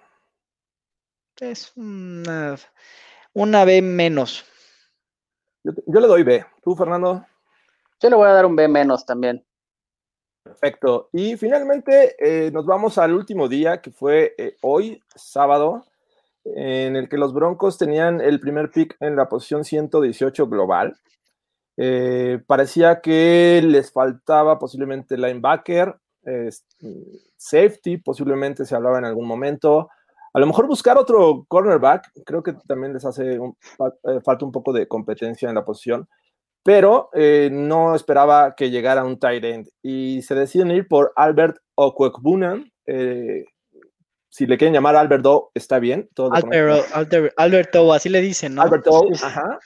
Es una, una B menos. Yo, yo le doy B. ¿Tú, Fernando? Yo le voy a dar un B menos también. Perfecto. Y finalmente eh, nos vamos al último día, que fue eh, hoy, sábado, en el que los Broncos tenían el primer pick en la posición ciento dieciocho global. Eh, parecía que les faltaba posiblemente linebacker, eh, safety, posiblemente se hablaba en algún momento. A lo mejor buscar otro cornerback, creo que también les hace un, eh, falta un poco de competencia en la posición, pero eh, no esperaba que llegara un tight end y se deciden ir por Albert Okwuegbunam. Eh, si le quieren llamar Albert O, está bien. Albert, Albert, Albert O, así le dicen, ¿no? Albert O, ajá.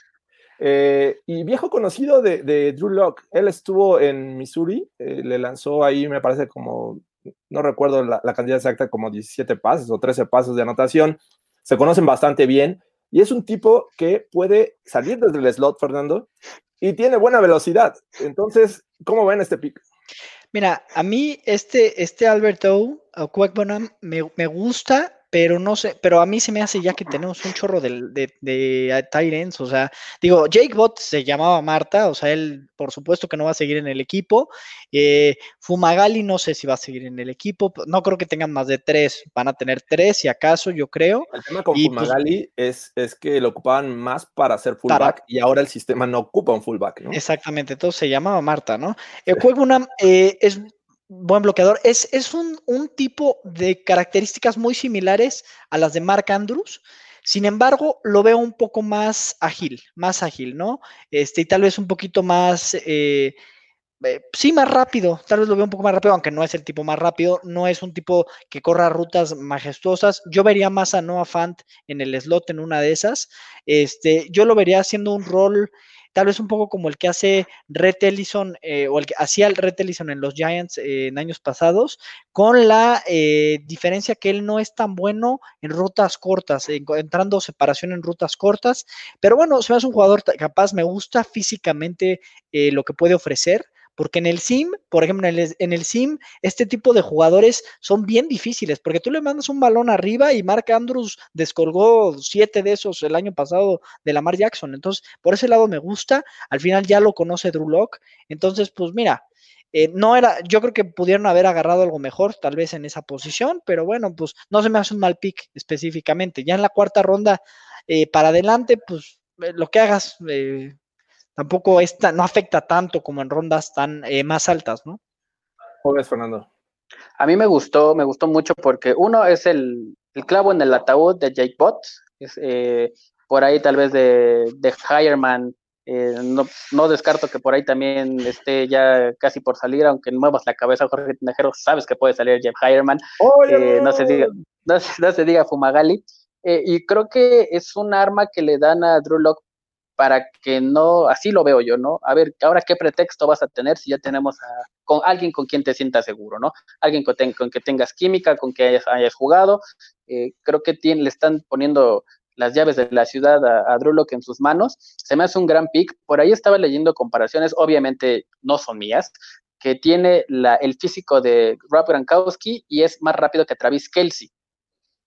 Eh, y viejo conocido de, de Drew Lock. Él estuvo en Missouri, eh, le lanzó ahí, me parece como, no recuerdo la, la cantidad exacta, como diecisiete pases o trece pases de anotación. Se conocen bastante bien y es un tipo que puede salir desde el slot, Fernando, y tiene buena velocidad. Entonces, ¿cómo ven este pick? Mira, a mí este, este Albert O, Okwuegbunam, me, me gusta, pero no sé, pero a mí se me hace ya que tenemos un chorro de, de, de tight ends, o sea, digo, Jake Bott se llamaba Marta, o sea, él por supuesto que no va a seguir en el equipo, eh, Fumagalli no sé si va a seguir en el equipo, no creo que tengan más de tres, van a tener tres si acaso, yo creo. El tema con y, Fumagalli pues, es, es que lo ocupaban más para hacer fullback para, y ahora el sistema no ocupa un fullback, ¿no? Exactamente, entonces se llamaba Marta, ¿no? Sí. Okwuegbunam eh, es buen bloqueador. Es, es un, un tipo de características muy similares a las de Mark Andrews. Sin embargo, lo veo un poco más ágil, más ágil, ¿no? Este, y tal vez un poquito más, eh, eh, sí, más rápido. Tal vez lo veo un poco más rápido, aunque no es el tipo más rápido. No es un tipo que corra rutas majestuosas. Yo vería más a Noah Fant en el slot en una de esas. Este, yo lo vería haciendo un rol tal vez un poco como el que hace Rhett Ellison eh, o el que hacía el Rhett Ellison en los Giants eh, en años pasados, con la eh, diferencia que él no es tan bueno en rutas cortas, encontrando separación en rutas cortas, pero bueno, se me hace un jugador capaz, me gusta físicamente eh, lo que puede ofrecer, porque en el sim, por ejemplo, en el, en el sim, este tipo de jugadores son bien difíciles, porque tú le mandas un balón arriba y Mark Andrews descolgó siete de esos el año pasado de Lamar Jackson, entonces por ese lado me gusta, al final ya lo conoce Drew Lock, entonces pues mira, eh, no era, yo creo que pudieron haber agarrado algo mejor tal vez en esa posición, pero bueno, pues no se me hace un mal pick específicamente, ya en la cuarta ronda eh, para adelante, pues eh, lo que hagas, eh, tampoco esta, no afecta tanto como en rondas tan eh, más altas, ¿no? ¿Cómo ves, Fernando? A mí me gustó, me gustó mucho porque uno es el, el clavo en el ataúd de Jake Bott, es, eh, por ahí tal vez de, de Hireman, eh, no, no descarto que por ahí también esté ya casi por salir, aunque muevas la cabeza, Jorge Tinajero, sabes que puede salir Jeff Hireman, oh, eh, no, se diga, no, no se diga Fumagalli, eh, y creo que es un arma que le dan a Drew Lock para que no, así lo veo yo, ¿no? A ver, ahora qué pretexto vas a tener si ya tenemos a con alguien con quien te sientas seguro, ¿no? Alguien con, ten, con que tengas química, con que hayas, hayas jugado. Eh, creo que tiene, le están poniendo las llaves de la ciudad a, a Drew Lock en sus manos. Se me hace un gran pick. Por ahí estaba leyendo comparaciones, obviamente no son mías, que tiene la, el físico de Rob Gronkowski y es más rápido que Travis Kelce.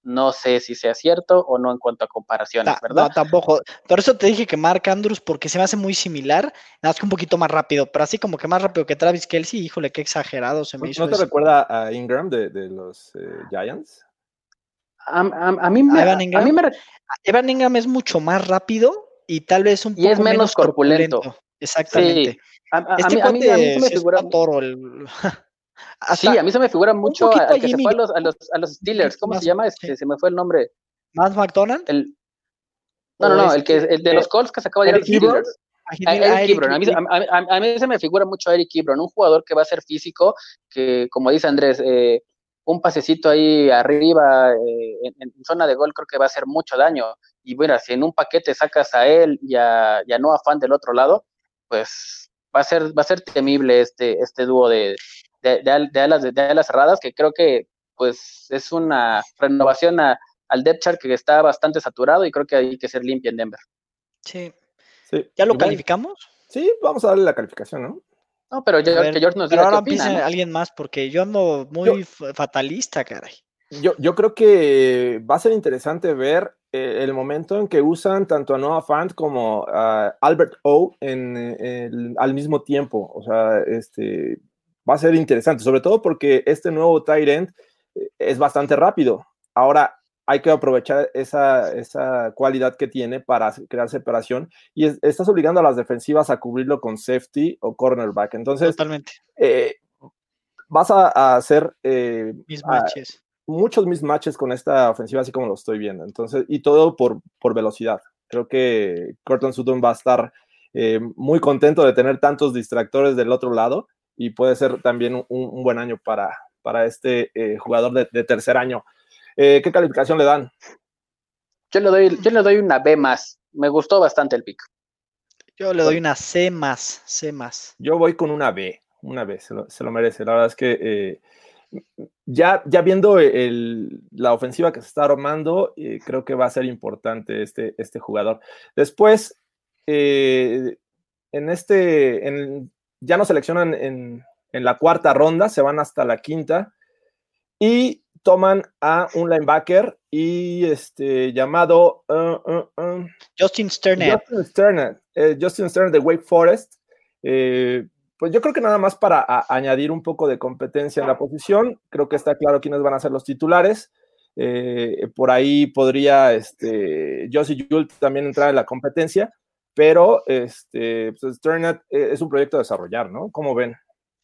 no sé si sea cierto o no en cuanto a comparaciones, Ta- ¿verdad? No, tampoco. Por eso te dije que Mark Andrews, porque se me hace muy similar, nada más que un poquito más rápido, pero así como que más rápido que Travis Kelce, híjole, qué exagerado se me ¿No, hizo no te eso. recuerda a Ingram de, de los eh, Giants? A, a- a mí me, A Evan a Ingram, mí me re- Evan Ingram es mucho más rápido y tal vez un y es poco menos menos corpulento. corpulento. Exactamente. Sí, a, a- a Este mí, a mí, a mí cuate se me sí es figura, una toro, el- sí, hasta a mí se me figura un mucho poquito a al que se Jimmy fue a los, a Graham, los, a los un Steelers. poquito ¿Cómo se más, llama? sí. Este, se me fue el nombre. ¿Más McDonald? El, no, no, ¿O no, el que este el de Eh, los Colts que se acaba de ir a Eric los Ebron. Steelers. a A Eric, a Eric Eric Ebron, a mí, a, a- a mí se me figura mucho a Eric Ebron, un jugador que va a ser físico, que como dice Andrés, eh, un pasecito ahí arriba eh, en, en zona de gol creo que va a hacer mucho daño. Y bueno, si en un paquete sacas a él y a, y a Noah Fant del otro lado, pues va a ser, va a ser temible este, este dúo de, de, de, al- de alas, de, de alas cerradas, que creo que pues es una renovación a- al depth chart que está bastante saturado y creo que hay que ser limpia en Denver. Sí. Sí. ¿Ya lo Y bueno, calificamos? sí, vamos a darle la calificación, ¿no? No, pero A ya, ver, que George nos pero diga qué ahora opina, empiece ¿no? alguien más porque yo ando muy Yo- f- fatalista, caray. Yo, yo creo que va a ser interesante ver eh, el momento en que usan tanto a Noah Fant como a Albert O en, eh, el- al mismo tiempo. O sea, este, va a ser interesante, sobre todo porque este nuevo tight end eh, es bastante rápido. Ahora hay que aprovechar esa, esa cualidad que tiene para crear separación y es- estás obligando a las defensivas a cubrirlo con safety o cornerback. Entonces, Totalmente. eh, vas a, a hacer eh, Mis a- matches. muchos mismatches con esta ofensiva, así como lo estoy viendo. Entonces, y todo por, por velocidad. Creo que Cortland Sutton va a estar eh, muy contento de tener tantos distractores del otro lado y puede ser también un, un buen año para, para este eh, jugador de, de tercer año. Eh, ¿Qué calificación le dan? Yo le doy, yo le doy una B más. Me gustó bastante el pick. Yo le doy una C más, C más. Yo voy con una B, una B, se lo, se lo merece. La verdad es que eh, ya, ya viendo el, la ofensiva que se está armando, eh, creo que va a ser importante este, este jugador. Después, eh, en este, en, ya nos seleccionan en, en la cuarta ronda, se van hasta la quinta y toman a un linebacker y este llamado uh, uh, uh, Justin Sternett. Justin Sternett, eh, Justin Sternett de Wake Forest. Eh, pues yo creo que nada más para a, añadir un poco de competencia en la posición, creo que está claro quiénes van a ser los titulares. Eh, por ahí podría este, Josie Jewell también entrar en la competencia, pero este, pues Sternett eh, es un proyecto a desarrollar, ¿no? ¿Cómo ven?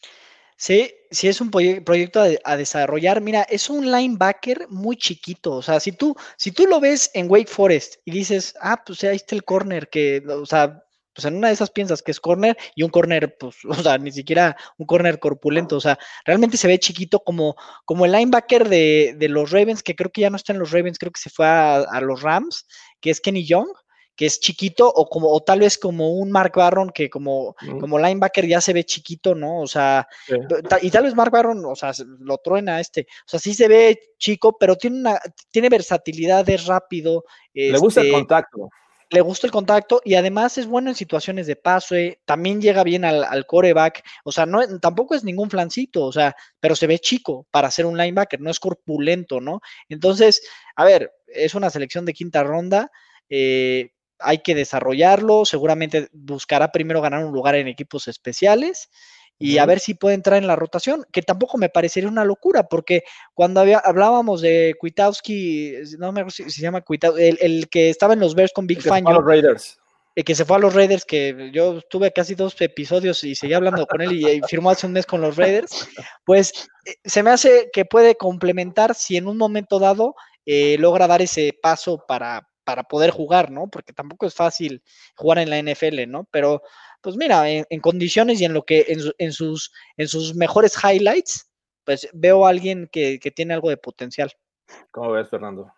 Sí, sí es un proye- proyecto a, de- a desarrollar. Mira, es un linebacker muy chiquito. O sea, si tú, si tú lo ves en Wake Forest y dices, ah, pues ahí está el corner, que, o sea, pues en una de esas piensas que es corner y un corner, pues, o sea, ni siquiera un corner corpulento. O sea, realmente se ve chiquito como, como el linebacker de, de los Ravens, que creo que ya no está en los Ravens, creo que se fue a, a los Rams, que es Kenny Young, que es chiquito, o como, o tal vez como un Mark Barron, que como, Mm, como linebacker ya se ve chiquito, ¿no? O sea, sí. ta- y tal vez Mark Barron, o sea, se- lo truena este, o sea, sí se ve chico, pero tiene una, tiene versatilidad, es rápido, Le gusta el este, contacto. le gusta el contacto y además es bueno en situaciones de pase, también llega bien al, al quarterback, o sea, no, tampoco es ningún flancito, o sea, pero se ve chico para ser un linebacker, no es corpulento, ¿no? Entonces, a ver, es una selección de quinta ronda, eh, hay que desarrollarlo, seguramente buscará primero ganar un lugar en equipos especiales y a Ujú. ver si puede entrar en la rotación, que tampoco me parecería una locura, porque cuando había, hablábamos de Kwiatkowski, no me acuerdo si se llama Kwiatkowski, el, el que estaba en los Bears con Big El que se fue a Fangio, los Raiders. el que se fue a los Raiders, que yo tuve casi dos episodios y seguía hablando con él y, y firmó hace un mes con los Raiders, pues eh, se me hace que puede complementar si en un momento dado eh, logra dar ese paso para, para poder jugar, ¿no? Porque tampoco es fácil jugar en la N F L, ¿no? Pero, pues mira, en, en condiciones y en lo que, en, su- en sus, en sus mejores highlights, pues veo a alguien que, que tiene algo de potencial. ¿Cómo ves, Fernando?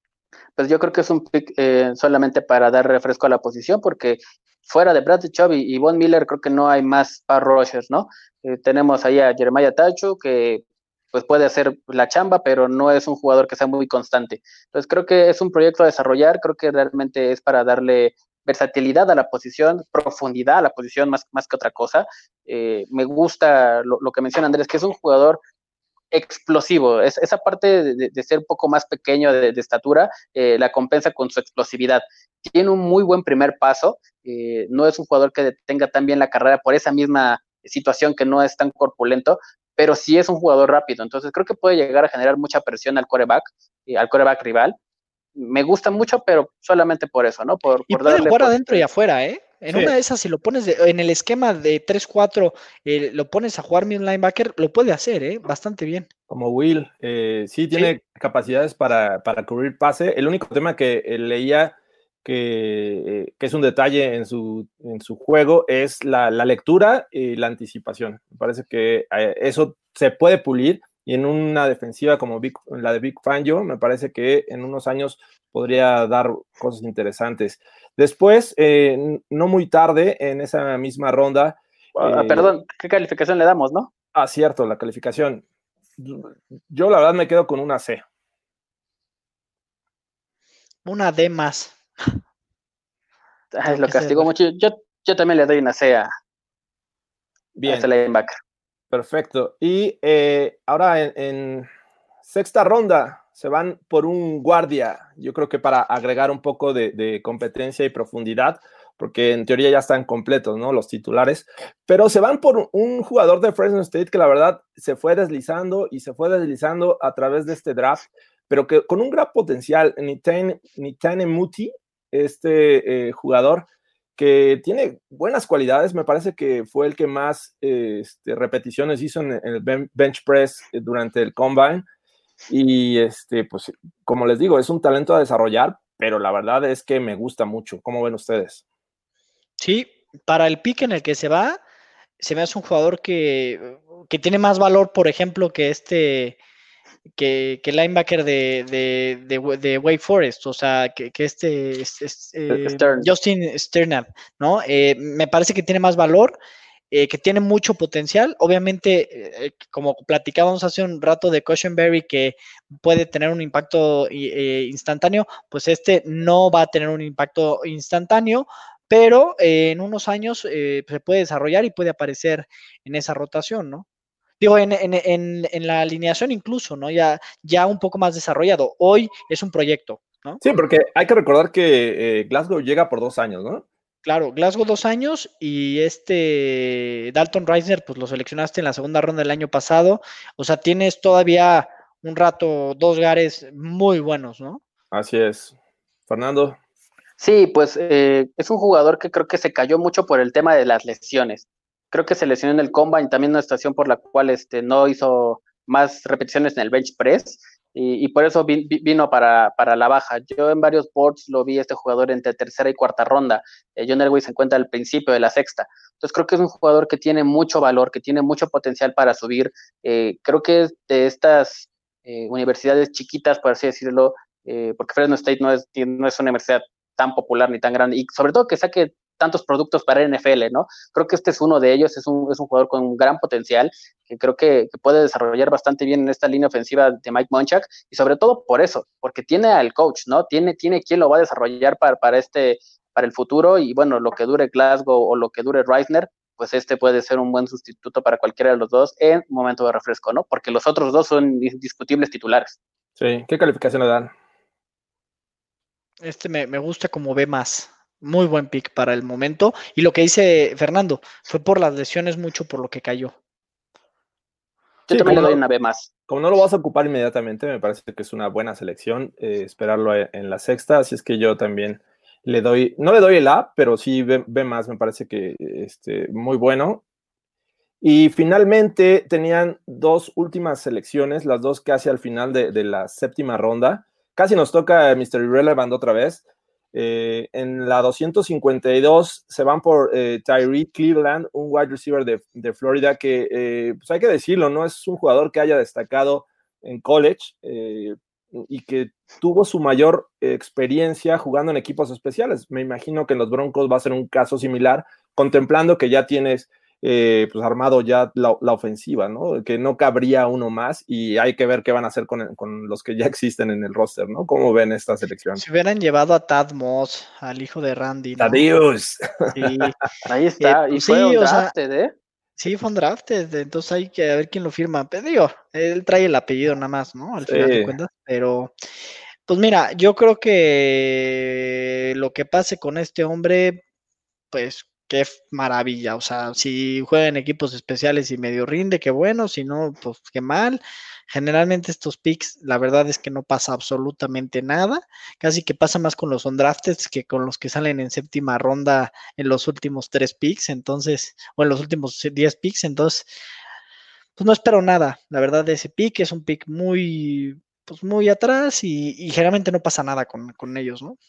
Pues yo creo que es un pick eh, solamente para dar refresco a la posición, porque fuera de Bradley Chubb y, y Von Miller creo que no hay más pass rushers, ¿no? Eh, tenemos ahí a Jeremiah Tachu, que pues puede hacer la chamba, pero no es un jugador que sea muy constante. Entonces creo que es un proyecto a desarrollar, creo que realmente es para darle versatilidad a la posición, profundidad a la posición más, más que otra cosa. Eh, me gusta lo, lo que menciona Andrés, que es un jugador explosivo. Es, esa parte de, de ser un poco más pequeño de, de estatura, eh, la compensa con su explosividad. Tiene un muy buen primer paso, eh, no es un jugador que detenga tan bien la carrera por esa misma situación que no es tan corpulento, pero sí es un jugador rápido, entonces creo que puede llegar a generar mucha presión al quarterback, eh, al quarterback rival. Me gusta mucho, pero solamente por eso, ¿no? Por, Y por puede darle jugar pues, adentro y afuera, ¿eh? En Sí. una de esas, si lo pones de- en el esquema de tres cuatro, eh, lo pones a jugar mid linebacker, lo puede hacer, ¿eh? Bastante bien. Como Will, eh, sí tiene Sí. capacidades para, para cubrir pase. El único tema que eh, leía que, eh, que es un detalle en su, en su juego es la, la lectura y la anticipación. Me parece que eh, eso se puede pulir y en una defensiva como Vic, la de Vic Fangio, me parece que en unos años podría dar cosas interesantes. Después, eh, no muy tarde, en esa misma ronda. Ah, eh, perdón, ¿qué calificación le damos, no? Ah, cierto, la calificación. Yo la verdad me quedo con una C. Una D más. Ay, Tengo lo que ser- castigo mucho. Yo, yo también le doy una C a, a Bien, este linebacker. perfecto. Y eh, ahora en, en sexta ronda se van por un guardia, yo creo que para agregar un poco de, de competencia y profundidad, porque en teoría ya están completos, ¿no? Los titulares, pero se van por un jugador de Fresno State que la verdad se fue deslizando y se fue deslizando a través de este draft, pero que con un gran potencial. Nitane, Nitane Muti, este eh, jugador que tiene buenas cualidades, me parece que fue el que más eh, este, repeticiones hizo en, en el bench press durante el combine. Y este, pues, como les digo, es un talento a desarrollar, pero la verdad es que me gusta mucho. ¿Cómo ven ustedes? Sí, para el pick en el que se va, se me hace un jugador que, que tiene más valor, por ejemplo, que este, que, que el linebacker de, de, de, de Wake Forest, o sea, que, que este es, es, eh, Stern. Justin Sternap, ¿no? Eh, me parece que tiene más valor, eh, que tiene mucho potencial. Obviamente, eh, como platicábamos hace un rato de Cushenberry, que puede tener un impacto eh, instantáneo, pues este no va a tener un impacto instantáneo, pero eh, en unos años eh, se puede desarrollar y puede aparecer en esa rotación, ¿no? Digo, en, en, en, en la alineación incluso, ¿no? Ya, ya un poco más desarrollado. Hoy es un proyecto, ¿no? Sí, porque hay que recordar que eh, Glasgow llega por dos años, ¿no? Claro, Glasgow dos años y este Dalton Reisner, pues lo seleccionaste en la segunda ronda del año pasado. O sea, tienes todavía un rato, dos gares muy buenos, ¿no? Así es. Fernando. Sí, pues eh, es un jugador que creo que se cayó mucho por el tema de las lesiones. Creo que se lesionó en el combine, también una situación por la cual este, no hizo más repeticiones en el bench press y, y por eso vi, vi, vino para, para la baja. Yo en varios boards lo vi este jugador entre tercera y cuarta ronda. Eh, John Elway se encuentra al principio de la sexta. Entonces creo que es un jugador que tiene mucho valor, que tiene mucho potencial para subir. Eh, creo que es de estas eh, universidades chiquitas, por así decirlo, eh, porque Fresno State no es, no es una universidad tan popular ni tan grande, y sobre todo que saque tantos productos para N F L, ¿no? Creo que este es uno de ellos, es un, es un jugador con un gran potencial, que creo que, que puede desarrollar bastante bien en esta línea ofensiva de Mike Munchak, y sobre todo por eso, porque tiene al coach, ¿no? Tiene, tiene quien lo va a desarrollar para, para, este, para el futuro, y bueno, lo que dure Glasgow o lo que dure Reisner, pues este puede ser un buen sustituto para cualquiera de los dos en momento de refresco, ¿no? Porque los otros dos son indiscutibles titulares. Sí, ¿qué calificación le dan? Este me, me gusta como ve más. Muy buen pick para el momento. Y lo que dice Fernando, fue por las lesiones mucho por lo que cayó. Yo Sí, también le doy no, una B más. Como no lo vas a ocupar inmediatamente, me parece que es una buena selección eh, esperarlo en la sexta, así es que yo también le doy, no le doy el A, pero sí B, B más, me parece que este, muy bueno. Y finalmente tenían dos últimas selecciones, las dos casi al final de, de la séptima ronda. Casi nos toca mister Irrelevant otra vez. Eh, en la doscientos cincuenta y dos se van por eh, Tyree Cleveland, un wide receiver de, de Florida que, eh, pues hay que decirlo, no es un jugador que haya destacado en college eh, y que tuvo su mayor experiencia jugando en equipos especiales. Me imagino que en los Broncos va a ser un caso similar, contemplando que ya tienes Eh, pues armado ya la, la ofensiva, ¿no? Que no cabría uno más y hay que ver qué van a hacer con, con los que ya existen en el roster, ¿no? ¿Cómo ven esta selección? Si hubieran llevado a Tad Moss, al hijo de Randy, ¿no? ¡Adiós! Sí. Ahí está, Eh, y pues fue sí, o sea, undrafted, ¿eh? Sí, fue un draft, entonces hay que ver quién lo firma. Pero digo, él trae el apellido nada más, ¿no? Al Sí. final de cuentas, pero pues mira, yo creo que lo que pase con este hombre, pues qué maravilla. O sea, si juega en equipos especiales y medio rinde, qué bueno, si no, pues qué mal. Generalmente estos picks, la verdad es que no pasa absolutamente nada. Casi que pasa más con los undrafted que con los que salen en séptima ronda en los últimos tres picks, entonces, o en los últimos diez picks, entonces, pues no espero nada. La verdad, de ese pick es un pick muy, pues muy atrás y, y generalmente no pasa nada con, con ellos, ¿no?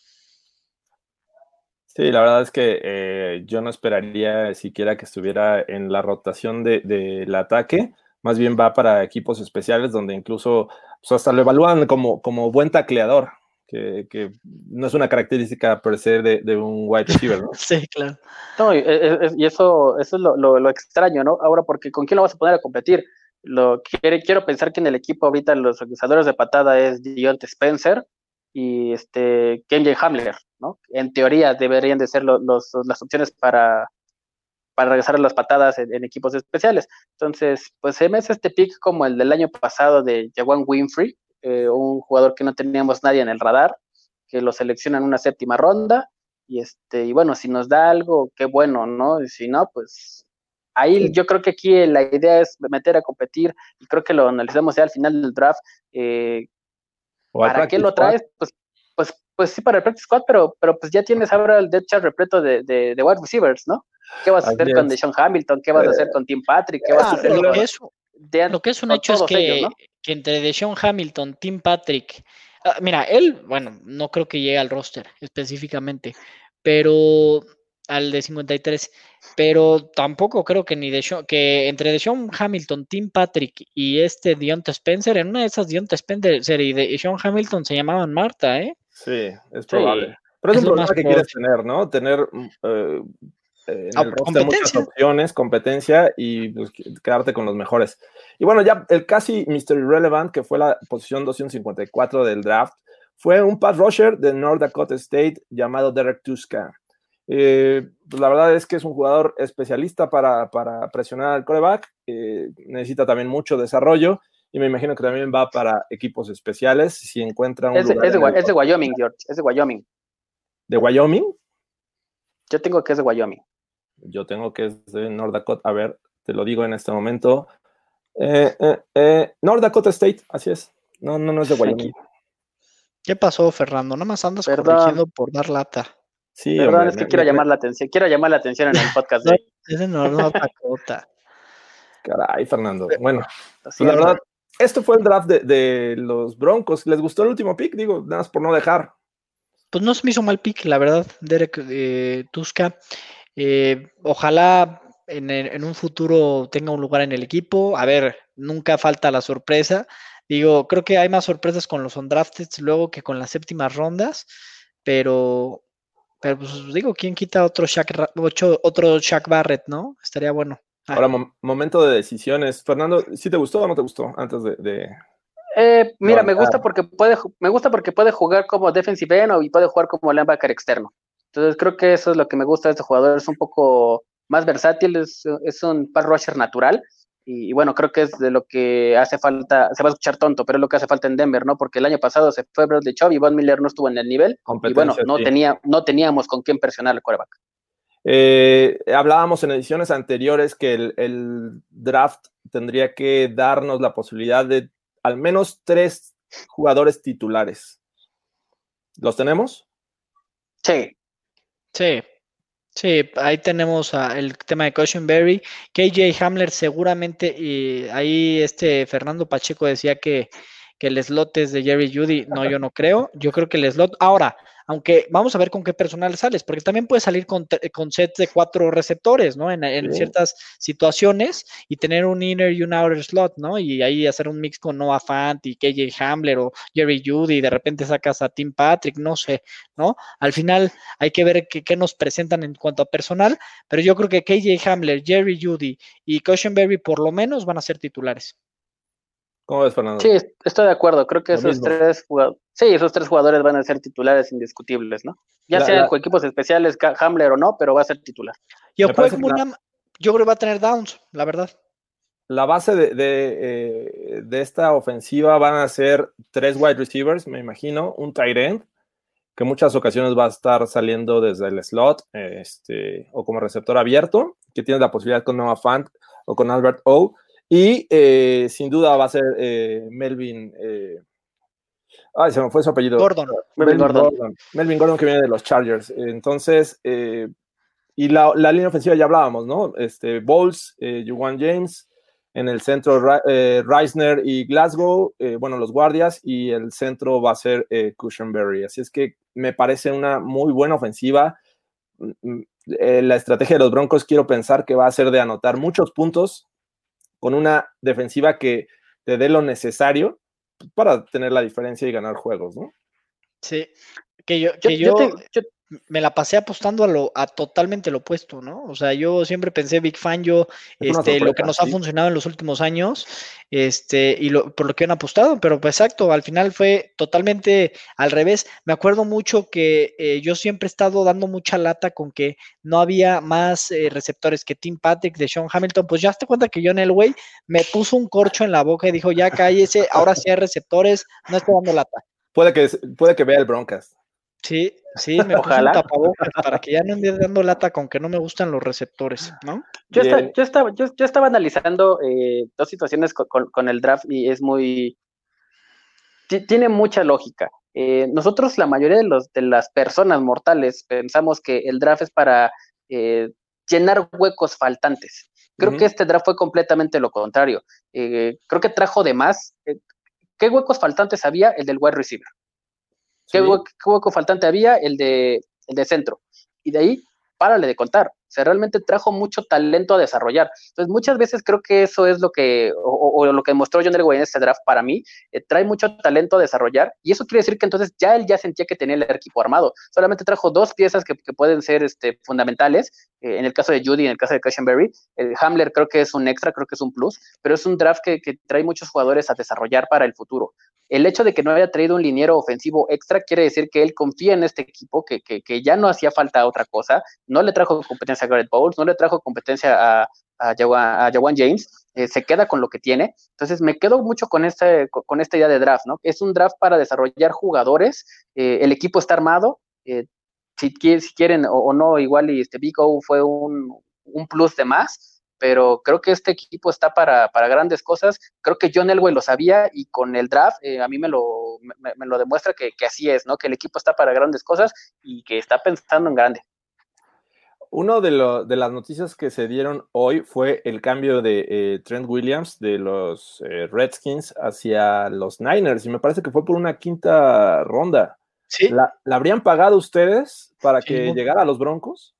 Sí, la verdad es que eh, yo no esperaría siquiera que estuviera en la rotación del de, de ataque, más bien va para equipos especiales donde incluso pues hasta lo evalúan como, como buen tacleador, que, que no es una característica per se de, de un wide receiver, ¿no? Sí, claro. No, y, y eso, eso es lo, lo, lo extraño, ¿no? Ahora, porque ¿con quién lo vas a poner a competir? Lo quiero, quiero pensar que en el equipo ahorita los regresadores de patada es Deontay Spencer y este K J Hamler, ¿no? En teoría deberían de ser los, los, las opciones para, para regresar a las patadas en, en equipos especiales. Entonces, pues se me hace este pick como el del año pasado de Jawan Winfrey, eh, un jugador que no teníamos nadie en el radar, que lo selecciona en una séptima ronda, y este, y bueno, si nos da algo, qué bueno, ¿no? Y si no, pues ahí sí. Yo creo que aquí la idea es meter a competir, y creo que lo analizamos ya al final del draft. Eh, ¿Para qué lo traes? Pues, pues, pues sí, para el practice squad, pero, pero pues ya tienes ahora el depth chart repleto de, de, de wide receivers, ¿no? ¿Qué vas a hacer con Deshaun Hamilton? ¿Qué vas a hacer con Tim Patrick? ¿Qué vas a hacer lo, con, que es, de, lo que es un hecho es que, ellos, ¿no? que entre Deshaun Hamilton, Tim Patrick, uh, mira, él, bueno, no creo que llegue al roster específicamente, pero al de cincuenta y tres, pero tampoco creo que ni Deshaun, que entre Deshaun Hamilton, Tim Patrick y este Deontay Spencer, en una de esas Deontay Spencer y Deshaun Hamilton se llamaban Marta, ¿eh? Sí, es probable. Sí. Pero es, es un problema que quieres tener, ¿no? Tener eh, en el roster muchas opciones, competencia y pues, quedarte con los mejores. Y bueno, ya el casi mister Irrelevant, que fue la posición doscientos cincuenta y cuatro del draft, fue un pass rusher de North Dakota State llamado Derek Tuska. Eh, pues la verdad es que es un jugador especialista para, para presionar al quarterback, eh, necesita también mucho desarrollo y me imagino que también va para equipos especiales si encuentra un es, lugar es, de, es de Wyoming, George, es de Wyoming. ¿De Wyoming? Yo tengo que es de Wyoming. Yo tengo que es de North Dakota, a ver, te lo digo en este momento. Eh, eh, eh, North Dakota State, así es. No, no, no es de Wyoming. ¿Qué pasó, Fernando? Nada más andas Perdón. corrigiendo por dar lata. Sí, Perdón, hombre, es que me, quiero me, llamar me... la atención, quiero llamar la atención en el podcast de... Es de North Dakota. Caray, Fernando. Bueno, pues la verdad, esto fue el draft de, de los Broncos. ¿Les gustó el último pick? Digo, nada más por no dejar. Pues no se me hizo mal pick, la verdad, Derek eh, Tuska. Eh, ojalá en, en un futuro tenga un lugar en el equipo. A ver, nunca falta la sorpresa. Digo, creo que hay más sorpresas con los undrafted luego que con las séptimas rondas, pero, pero pues digo, ¿quién quita otro Shaq, otro, otro Shaq Barrett, no? Estaría bueno. Ah. Ahora, mo- momento de decisiones. Fernando, ¿sí te gustó o no te gustó antes de...? de... Eh, mira, no, me gusta porque puede, me gusta porque puede jugar como defensive end y puede jugar como linebacker externo. Entonces creo que eso es lo que me gusta de este jugador, es un poco más versátil, es, es un pass rusher natural, y, y bueno, creo que es de lo que hace falta, se va a escuchar tonto, pero es lo que hace falta en Denver, ¿no? Porque el año pasado se fue Bradley Chubb y Von Miller no estuvo en el nivel, y bueno, no, sí. tenía, no teníamos con quién presionar al quarterback. Eh, hablábamos en ediciones anteriores que el, el draft tendría que darnos la posibilidad de al menos tres jugadores titulares. ¿Los tenemos? Sí. Sí, sí, ahí tenemos uh, el tema de Cushenberry, K J Hamler seguramente, y ahí este Fernando Pacheco decía que, que el slot es de Jerry Jeudy, no, yo no creo, yo creo que el slot, ahora, aunque vamos a ver con qué personal sales, porque también puedes salir con, con sets de cuatro receptores, ¿no? En, en sí. ciertas situaciones y tener un inner y un outer slot, ¿no? Y ahí hacer un mix con Noah Fant y K J Hamler o Jerry Jeudy y de repente sacas a Tim Patrick, no sé, ¿no? Al final hay que ver qué, qué nos presentan en cuanto a personal, pero yo creo que K J Hamler, Jerry Jeudy y Cushenberry por lo menos van a ser titulares. ¿Cómo ves, Fernando? Sí, estoy de acuerdo. Creo que esos tres, jugadores, sí, esos tres jugadores van a ser titulares indiscutibles, ¿no? Ya la, sean la... equipos especiales, Hamler o no, pero va a ser titular. Yo juego como una, yo creo que va a tener downs, la verdad. La base de, de, eh, de esta ofensiva van a ser tres wide receivers, me imagino, un tight end, que en muchas ocasiones va a estar saliendo desde el slot este, o como receptor abierto, que tiene la posibilidad con Noah Fant o con Albert O. Y eh, sin duda va a ser eh, Melvin. Eh, ay, se me fue su apellido. Gordon. Melvin Gordon. Gordon. Melvin Gordon, que viene de los Chargers. Entonces, eh, y la, la línea ofensiva ya hablábamos, ¿no? Este, Bowles, eh, Juwan James. En el centro, eh, Reisner y Glasgow, eh, bueno, los guardias, y el centro va a ser eh, Cushenberry. Así es que me parece una muy buena ofensiva. Eh, la estrategia de los Broncos quiero pensar que va a ser de anotar muchos puntos con una defensiva que te dé lo necesario para tener la diferencia y ganar juegos, ¿no? Sí, que yo, que yo, yo, te, yo me la pasé apostando a lo a totalmente lo opuesto, ¿no? O sea, yo siempre pensé Big Fan, yo este sorpresa, lo que nos ¿sí? ha funcionado en los últimos años, este y lo, por lo que han apostado, pero pues exacto, al final fue totalmente al revés. Me acuerdo mucho que eh, yo siempre he estado dando mucha lata con que no había más eh, receptores que Tim Patrick, de Sean Hamilton. Pues ya te cuenta que John Elway me puso un corcho en la boca y dijo, ya cállese, ahora sí hay receptores, no estoy dando lata. Puede que, puede que vea el Broncas. Sí, sí, me puse un tapabocas para que ya no ande dando lata con que no me gustan los receptores, ¿no? Yo, está, yo, estaba, yo, yo estaba analizando eh, dos situaciones con, con, con el draft y es muy... T- tiene mucha lógica. Eh, nosotros, la mayoría de, los, de las personas mortales, pensamos que el draft es para eh, llenar huecos faltantes. Creo uh-huh. que este draft fue completamente lo contrario. Eh, creo que trajo de más. Eh, ¿Qué huecos faltantes había? El del wide receiver. ¿Qué, sí. hueco, ¿Qué hueco faltante había? El de, el de centro. Y de ahí, párale de contar. O sea, realmente trajo mucho talento a desarrollar. Entonces, muchas veces creo que eso es lo que, o, o lo que mostró John Elway en este draft para mí, eh, trae mucho talento a desarrollar, y eso quiere decir que entonces ya él ya sentía que tenía el equipo armado. Solamente trajo dos piezas que, que pueden ser este, fundamentales, eh, en el caso de Judy, en el caso de Cushenberry. El Hamler creo que es un extra, creo que es un plus, pero es un draft que, que trae muchos jugadores a desarrollar para el futuro. El hecho de que no haya traído un liniero ofensivo extra quiere decir que él confía en este equipo, que, que, que ya no hacía falta otra cosa. No le trajo competencia a Garrett Bowles, no le trajo competencia a, a, Jawan, a Jawan James, eh, se queda con lo que tiene. Entonces me quedo mucho con, este, con esta idea de draft, ¿no? Es un draft para desarrollar jugadores, eh, el equipo está armado, eh, si, si quieren o, o no, igual y este Big O fue un, un plus de más, pero creo que este equipo está para, para grandes cosas. Creo que John Elway lo sabía, y con el draft eh, a mí me lo, me, me lo demuestra que, que así es, ¿no? Que el equipo está para grandes cosas y que está pensando en grande. Uno de, lo, de las noticias que se dieron hoy fue el cambio de eh, Trent Williams de los eh, Redskins hacia los Niners, y me parece que fue por una quinta ronda. ¿Sí? ¿La, ¿la habrían pagado ustedes para sí, que no. llegara a los Broncos?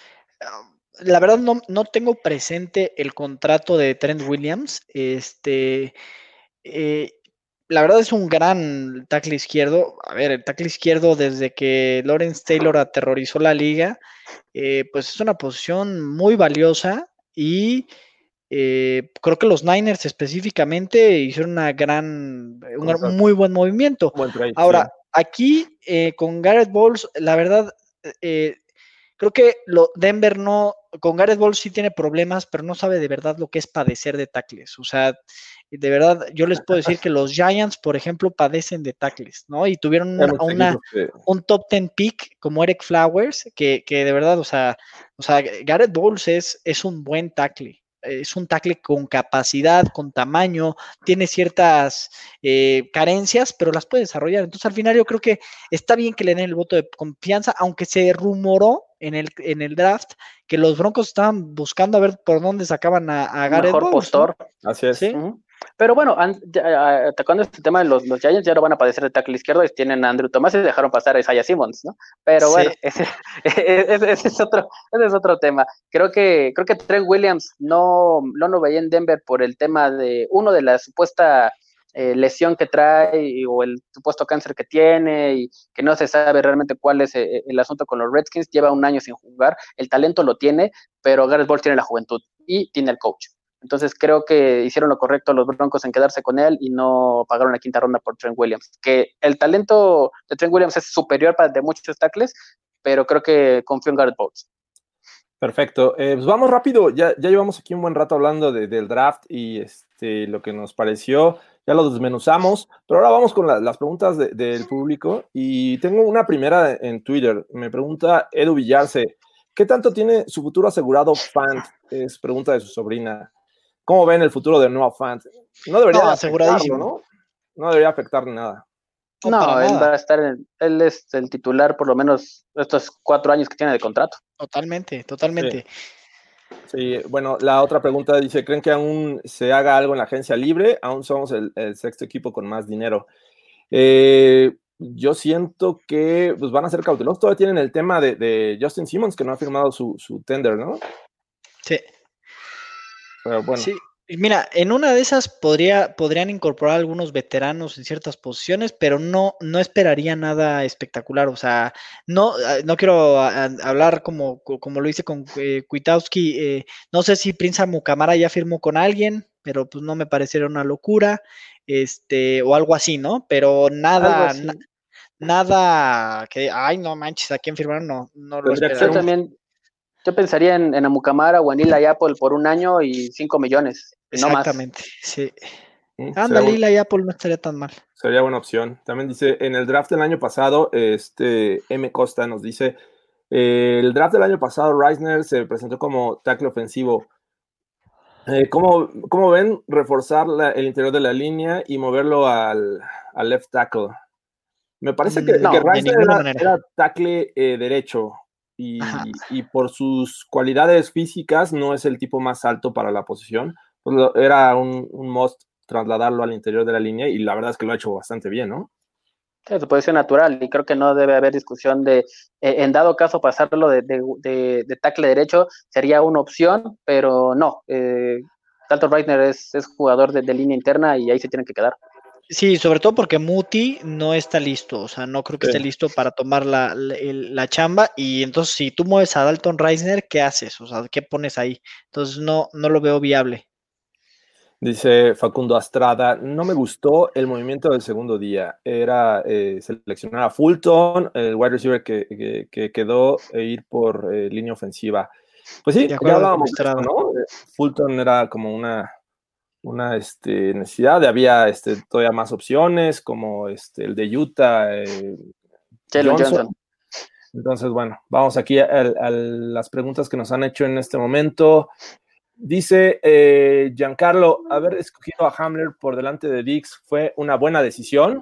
La verdad no, no tengo presente el contrato de Trent Williams. Este, eh, la verdad es un gran tackle izquierdo. A ver, el tackle izquierdo desde que Lawrence Taylor aterrorizó la liga, eh, pues es una posición muy valiosa, y eh, creo que los Niners específicamente hicieron una gran, un, un muy buen movimiento. Buen trade, Ahora, sí. aquí eh, con Garrett Bowles, la verdad, eh, creo que lo, Denver no, con Garrett Bowles sí tiene problemas, pero no sabe de verdad lo que es padecer de tackles. O sea, de verdad, yo les puedo decir que los Giants, por ejemplo, padecen de tackles, ¿no? Y tuvieron una, una, un top ten pick como Eric Flowers, que, que de verdad, o sea, o sea, Garrett Bowles es, es un buen tackle. Es un tackle con capacidad, con tamaño, tiene ciertas eh, carencias, pero las puede desarrollar. Entonces, al final yo creo que está bien que le den el voto de confianza, aunque se rumoró en el, en el draft que los Broncos estaban buscando a ver por dónde sacaban a, a Garrett Mejor Bowles, postor. ¿No? Así es. ¿Sí? Uh-huh. Pero bueno, atacando este tema de los, los Giants, ya no van a padecer de tackle izquierdo, y tienen a Andrew Thomas y dejaron pasar a Isaiah Simmons, ¿no? Pero sí. bueno, ese, ese, ese, es otro, ese es otro tema. Creo que, creo que Trent Williams no, no lo veía en Denver por el tema de, uno, de la supuesta eh, lesión que trae, o el supuesto cáncer que tiene, y que no se sabe realmente cuál es el, el asunto con los Redskins. Lleva un año sin jugar, el talento lo tiene, pero Garrett Bowles tiene la juventud y tiene el coach. Entonces creo que hicieron lo correcto los Broncos en quedarse con él y no pagaron la quinta ronda por Trent Williams. Que el talento de Trent Williams es superior para de muchos tackles, pero creo que confío en Garrett Bowles. Perfecto. Eh, pues vamos rápido. Ya, ya llevamos aquí un buen rato hablando de, del draft y este, lo que nos pareció. Ya lo desmenuzamos. Pero ahora vamos con la, las preguntas de, del público. Y tengo una primera en Twitter. Me pregunta Edu Villarce. ¿Qué tanto tiene su futuro asegurado Fant? Es pregunta de su sobrina. ¿Cómo ven el futuro de Noah Fant? No debería No, afectarlo, aseguradísimo. ¿no? No debería afectarle nada. No, No, para él nada. va a estar, en, él es el titular por lo menos estos cuatro años que tiene de contrato. Totalmente, totalmente. Sí, bueno, la otra pregunta dice, ¿creen que aún se haga algo en la agencia libre? Aún somos el, el sexto equipo con más dinero. Eh, yo siento que pues, van a ser cautelosos. Todavía tienen el tema de, de Justin Simmons, que no ha firmado su, su tender, ¿no? Sí. Pero bueno. Sí. Mira, en una de esas podría, podrían incorporar algunos veteranos en ciertas posiciones, pero no, no esperaría nada espectacular. O sea, no, no quiero a, a, hablar como, como lo hice con eh, Kwiatkowski. Eh, no sé si Prince Amukamara ya firmó con alguien, pero pues no me parecería una locura, este, o algo así, ¿no? Pero nada, na, nada que, ay, no manches, ¿a quién firmaron? No, no lo esperaría. Yo también, yo pensaría en, en Amukamara o en Eli Apple por un año y cinco millones. Exactamente, no más. Sí. Mm, Ándale, Eli y Apple no estaría tan mal. Sería buena opción. También dice, en el draft del año pasado, este M. Costa nos dice, eh, el draft del año pasado, Reisner se presentó como tackle ofensivo. Eh, ¿cómo, ¿Cómo ven reforzar la, el interior de la línea y moverlo al, al left tackle? Me parece que, no, que Reisner era, era tackle eh, derecho y, y por sus cualidades físicas no es el tipo más alto para la posición. Pues lo, era un, un must trasladarlo al interior de la línea y la verdad es que lo ha hecho bastante bien, ¿no? Es su posición natural y creo que no debe haber discusión de, eh, en dado caso pasarlo de, de, de, de tackle derecho sería una opción, pero no, eh, Dalton Reisner es, es jugador de, de línea interna y ahí se tienen que quedar. Sí, sobre todo porque Muti no está listo, o sea, no creo que sí. esté listo para tomar la, la, la chamba y entonces si tú mueves a Dalton Reisner, ¿qué haces? O sea, ¿qué pones ahí? Entonces no, no lo veo viable. Dice Facundo Astrada, no me gustó el movimiento del segundo día, era eh, seleccionar a Fulton, el wide receiver que, que, que quedó e ir por eh, línea ofensiva. Pues sí, ya hablábamos de esto, ¿no? Fulton era como una, una este, necesidad, había este, todavía más opciones, como este, el de Utah, eh, Johnson. Johnson. Entonces, bueno, vamos aquí a, a las preguntas que nos han hecho en este momento. Dice eh, Giancarlo, haber escogido a Hamler por delante de Diggs fue una buena decisión.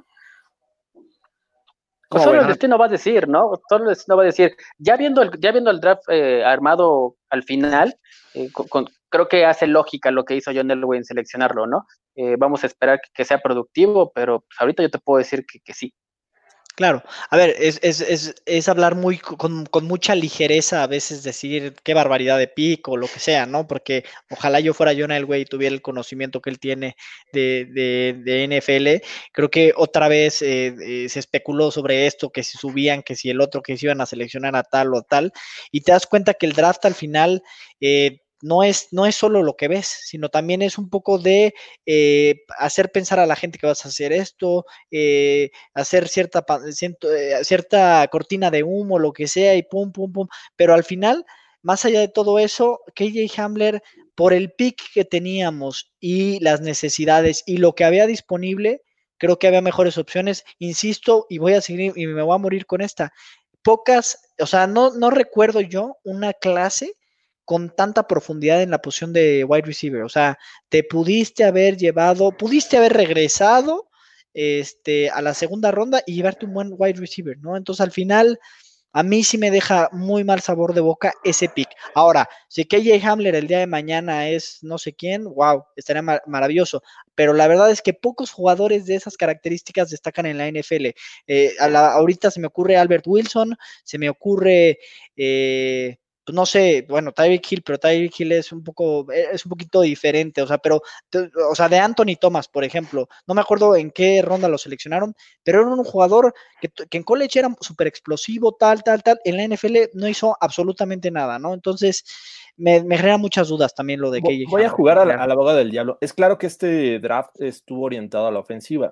Pues solo el destino va a decir, ¿no? Solo el destino va a decir. Ya viendo el, ya viendo el draft eh, armado al final, eh, con, con, creo que hace lógica lo que hizo John Elway en seleccionarlo, ¿no? Eh, vamos a esperar que, que sea productivo, pero pues, ahorita yo te puedo decir que, que sí. Claro, a ver, es, es, es, es hablar muy con, con mucha ligereza a veces decir qué barbaridad de pico o lo que sea, ¿no? Porque ojalá yo fuera John Elway y tuviera el conocimiento que él tiene de, de, de N F L. Creo que otra vez eh, eh, se especuló sobre esto, que si subían, que si el otro, que si iban a seleccionar a tal o tal, y te das cuenta que el draft al final... Eh, No es, no es solo lo que ves, sino también es un poco de eh, hacer pensar a la gente que vas a hacer esto, eh, hacer cierta, cierta cortina de humo, lo que sea, y pum, pum, pum. Pero al final, más allá de todo eso, K J Hamler, por el pick que teníamos y las necesidades y lo que había disponible, creo que había mejores opciones. Insisto, y voy a seguir y me voy a morir con esta. Pocas, o sea, no, no recuerdo yo una clase con tanta profundidad en la posición de wide receiver, o sea, te pudiste haber llevado, pudiste haber regresado este, a la segunda ronda y llevarte un buen wide receiver, ¿no? Entonces, al final, a mí sí me deja muy mal sabor de boca ese pick. Ahora, si K J Hamler el día de mañana es no sé quién, wow, estaría mar- maravilloso, pero la verdad es que pocos jugadores de esas características destacan en la N F L. Eh, a la, ahorita se me ocurre Albert Wilson, se me ocurre... Eh, pues no sé, bueno, Tyreek Hill, pero Tyreek Hill es un poco, es un poquito diferente, o sea, pero, o sea, de Anthony Thomas, por ejemplo, no me acuerdo en qué ronda lo seleccionaron, pero era un jugador que, que en college era súper explosivo, tal, tal, tal, en la N F L no hizo absolutamente nada, ¿no? Entonces, me, me genera muchas dudas también lo de que Voy a jugar a la, a la abogada del diablo. Es claro que este draft estuvo orientado a la ofensiva,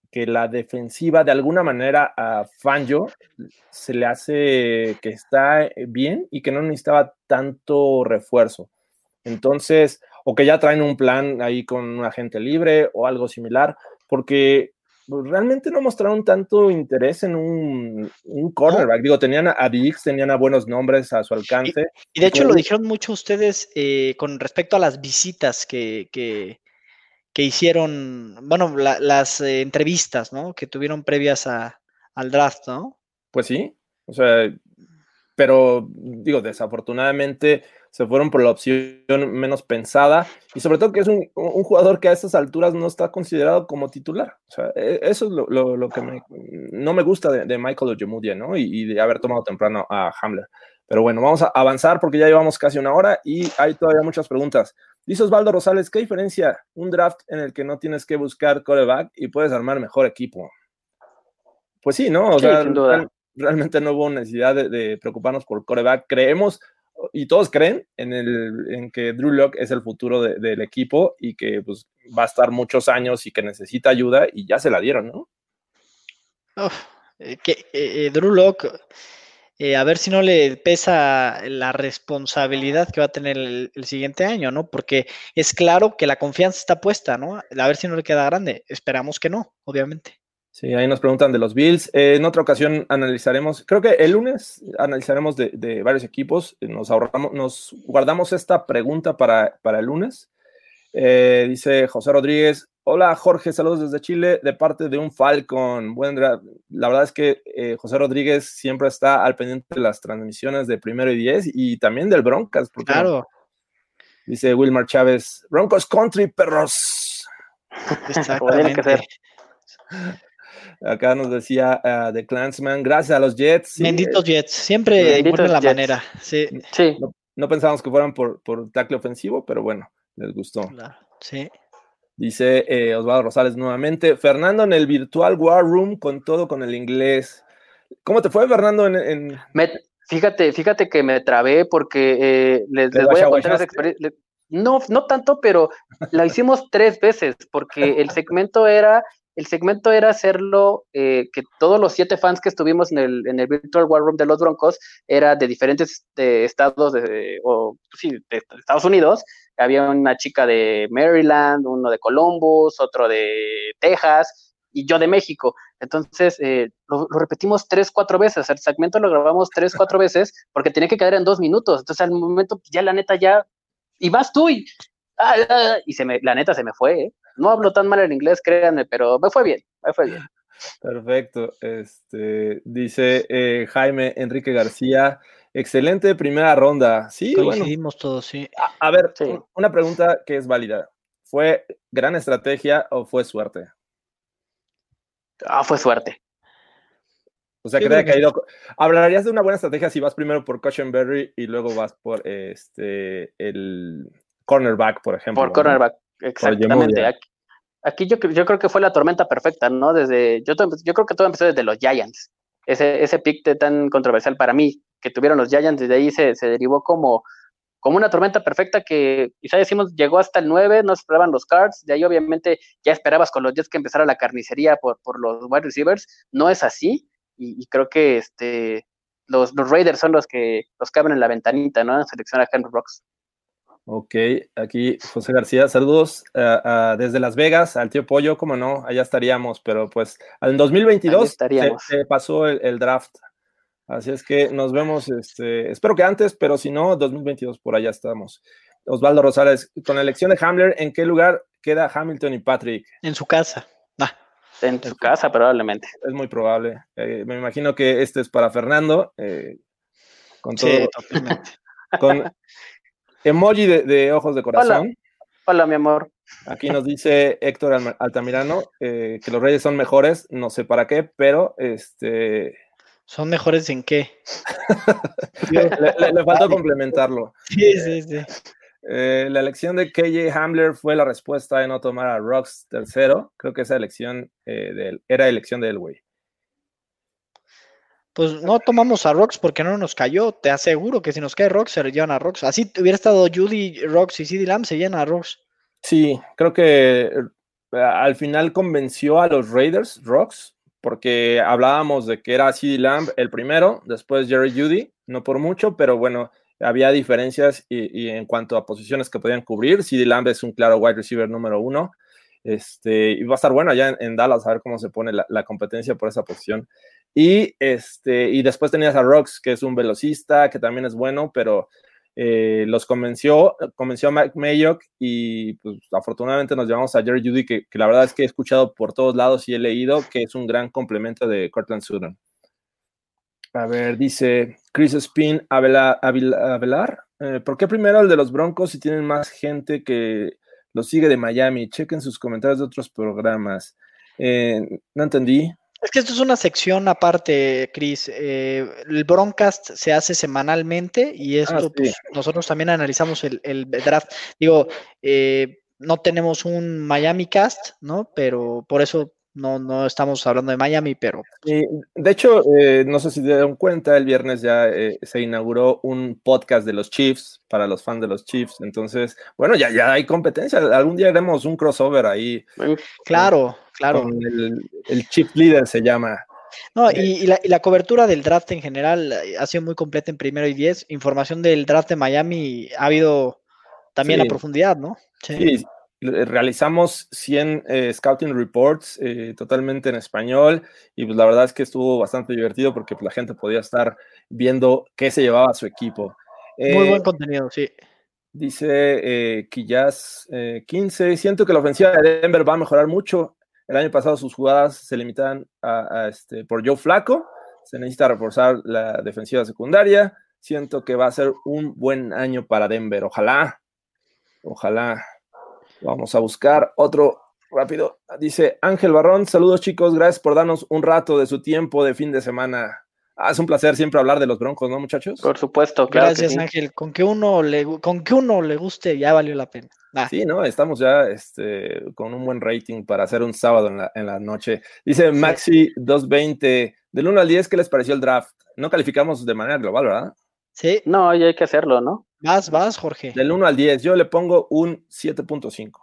que la defensiva de alguna manera a Fangio se le hace que está bien y que no necesitaba tanto refuerzo. Entonces, o que ya traen un plan ahí con un agente libre o algo similar, porque realmente no mostraron tanto interés en un, un cornerback. Digo, tenían a Diggs, tenían a buenos nombres a su alcance. Y, y de hecho lo dijeron mucho ustedes eh, con respecto a las visitas que, que, que hicieron, bueno, la, las eh, entrevistas, ¿no? Que tuvieron previas a, al draft, ¿no? Pues sí, o sea, pero digo, desafortunadamente se fueron por la opción menos pensada y sobre todo que es un, un jugador que a estas alturas no está considerado como titular. O sea, eso es lo, lo, lo que me, no me gusta de, de Michael Ojemudia, ¿no? Y, y de haber tomado temprano a Hamler. Pero bueno, vamos a avanzar porque ya llevamos casi una hora y hay todavía muchas preguntas. Dice Osvaldo Rosales, ¿qué diferencia un draft en el que no tienes que buscar quarterback y puedes armar mejor equipo? Pues sí, ¿no? O sí, sea, sin duda. Real, realmente no hubo necesidad de, de preocuparnos por quarterback. Creemos y todos creen en, el, en que Drew Lock es el futuro de, del equipo y que pues, va a estar muchos años y que necesita ayuda y ya se la dieron, ¿no? Uf, eh, que eh, Drew Lock, eh, a ver si no le pesa la responsabilidad que va a tener el, el siguiente año, ¿no? Porque es claro que la confianza está puesta, ¿no? A ver si no le queda grande. Esperamos que no, obviamente. Sí, ahí nos preguntan de los Bills. Eh, en otra ocasión analizaremos, creo que el lunes analizaremos de, de varios equipos. Nos ahorramos, nos guardamos esta pregunta para, para el lunes. Eh, dice José Rodríguez, hola Jorge, saludos desde Chile de parte de un Falcon. Buen draft. La verdad es que eh, José Rodríguez siempre está al pendiente de las transmisiones de Primero y Diez y también del Broncos. Claro. No? Dice Wilmar Chávez, Broncos Country, perros. Exactamente. Acá nos decía uh, The Clansman, gracias a los Jets. Sí, benditos eh, Jets, siempre encuentran la Jets. manera. Sí. sí. No, no pensábamos que fueran por, por tackle ofensivo, pero bueno, les gustó. Claro. Sí. Dice eh, Osvaldo Rosales nuevamente, Fernando en el virtual War Room con todo con el inglés. ¿Cómo te fue, Fernando? En, en... Me, fíjate, fíjate que me trabé porque eh, les, les voy a contar esa experiencia. No, no tanto, pero la hicimos tres veces porque el segmento era... El segmento era hacerlo, eh, que todos los siete fans que estuvimos en el, en el Virtual War Room de los Broncos era de diferentes de estados, de, o sí, de Estados Unidos. Había una chica de Maryland, uno de Columbus, otro de Texas y yo de México. Entonces eh, lo, lo repetimos tres, cuatro veces. El segmento lo grabamos tres, cuatro veces porque tenía que quedar en dos minutos. Entonces al momento ya la neta ya, y vas tú y, ah, ah, y se me, la neta se me fue, ¿eh? No hablo tan mal en inglés, créanme, pero me fue bien, me fue bien. Perfecto. Este, dice eh, Jaime Enrique García, excelente primera ronda. Sí, coincidimos bueno. todos, sí. A, a ver, sí. Una pregunta que es válida. ¿Fue gran estrategia o fue suerte? Ah, fue suerte. O sea, que te haya caído. ¿Hablarías de una buena estrategia si vas primero por Cushenberry y luego vas por este el cornerback, por ejemplo? Por cornerback. ¿No? Exactamente. Aquí, aquí yo, yo creo que fue la tormenta perfecta, ¿no? Desde, yo, yo creo que todo empezó desde los Giants. Ese, ese pick tan controversial para mí que tuvieron los Giants, desde ahí se, se derivó como, como una tormenta perfecta que quizá decimos llegó hasta el nueve, no esperaban los Cards, de ahí obviamente ya esperabas con los Jets que empezara la carnicería por, por los wide receivers. No es así, y, y creo que este, los, los Raiders son los que los que abren en la ventanita, ¿no? En selección a Henry Rocks. Ok, aquí José García, saludos uh, uh, desde Las Vegas, al tío Pollo, como no, allá estaríamos, pero pues en dos mil veintidós se, se pasó el, el draft, así es que nos vemos, este, espero que antes, pero si no, dos mil veintidós por allá estamos. Osvaldo Rosales, con la elección de Hamler, ¿en qué lugar queda Hamilton y Patrick? En su casa. Ah. En su casa, probablemente. Es muy probable, eh, me imagino que este es para Fernando, eh, con todo, sí, totalmente. Con emoji de, de ojos de corazón. Hola. Hola, mi amor. Aquí nos dice Héctor Altamirano eh, que los Reyes son mejores, no sé para qué, pero este... ¿Son mejores en qué? le, le, le faltó complementarlo. Sí, sí, sí. Eh, la elección de K J Hamler fue la respuesta de no tomar a Rocks tercero. Creo que esa elección eh, de él, era elección de él, güey. Pues no tomamos a Rocks porque no nos cayó. Te aseguro que si nos cae Rocks, se llevan a Rocks. Así hubiera estado Judy, Rocks y CeeDee Lamb, se llevan a Rocks. Sí, creo que al final convenció a los Raiders, Rocks, porque hablábamos de que era CeeDee Lamb el primero, después Jerry Jeudy, no por mucho, pero bueno, había diferencias y, y en cuanto a posiciones que podían cubrir. CeeDee Lamb es un claro wide receiver número uno, este, y va a estar bueno allá en, en Dallas a ver cómo se pone la, la competencia por esa posición. Y, este, y después tenías a Rocks, que es un velocista, que también es bueno, pero eh, los convenció, convenció a Mike Mayock y pues, afortunadamente nos llevamos a Jerry Jeudy, que, que la verdad es que he escuchado por todos lados y he leído que es un gran complemento de Cortland Sutton. A ver, dice Chris Spin Avelar, Avelar eh, ¿por qué primero el de los Broncos si tienen más gente que lo sigue de Miami? Chequen sus comentarios de otros programas. Eh, no entendí. Es que esto es una sección aparte, Chris. Eh, el Broncast se hace semanalmente y esto, Ah, sí. pues, nosotros también analizamos el, el draft. Digo, eh, no tenemos un Miami Cast, ¿no? Pero por eso no, no estamos hablando de Miami, pero... Y, de hecho, eh, no sé si se dieron cuenta, el viernes ya eh, se inauguró un podcast de los Chiefs, para los fans de los Chiefs. Entonces, bueno, ya, ya hay competencia. Algún día haremos un crossover ahí. Claro, claro. Con el, el Chief Leader se llama. No, y, y, la, y la cobertura del draft en general ha sido muy completa en primero y diez. Información del draft de Miami ha habido también Sí. a profundidad, ¿no? Sí, realizamos cien eh, scouting reports eh, totalmente en español y pues la verdad es que estuvo bastante divertido porque pues, la gente podía estar viendo qué se llevaba a su equipo. Muy Eh, buen contenido, sí. Dice eh, Quillas eh, quince, siento que la ofensiva de Denver va a mejorar mucho. El año pasado sus jugadas se limitaban a, a este, por Joe Flacco, se necesita reforzar la defensiva secundaria. Siento que va a ser un buen año para Denver, ojalá, ojalá. Vamos a buscar otro rápido. Dice Ángel Barrón, saludos chicos, gracias por darnos un rato de su tiempo de fin de semana. Ah, es un placer siempre hablar de los Broncos, ¿no, muchachos? Por supuesto, claro. Gracias, que sí. Ángel. Con que uno le con que uno le guste ya valió la pena. Ah. Sí, ¿no? Estamos ya este, con un buen rating para hacer un sábado en la, en la noche. Dice Maxi doscientos veinte, del uno al diez, ¿qué les pareció el draft? No calificamos de manera global, ¿verdad? Sí. No, ya hay que hacerlo, ¿no? Vas, vas, Jorge. Del uno al diez, yo le pongo un siete punto cinco.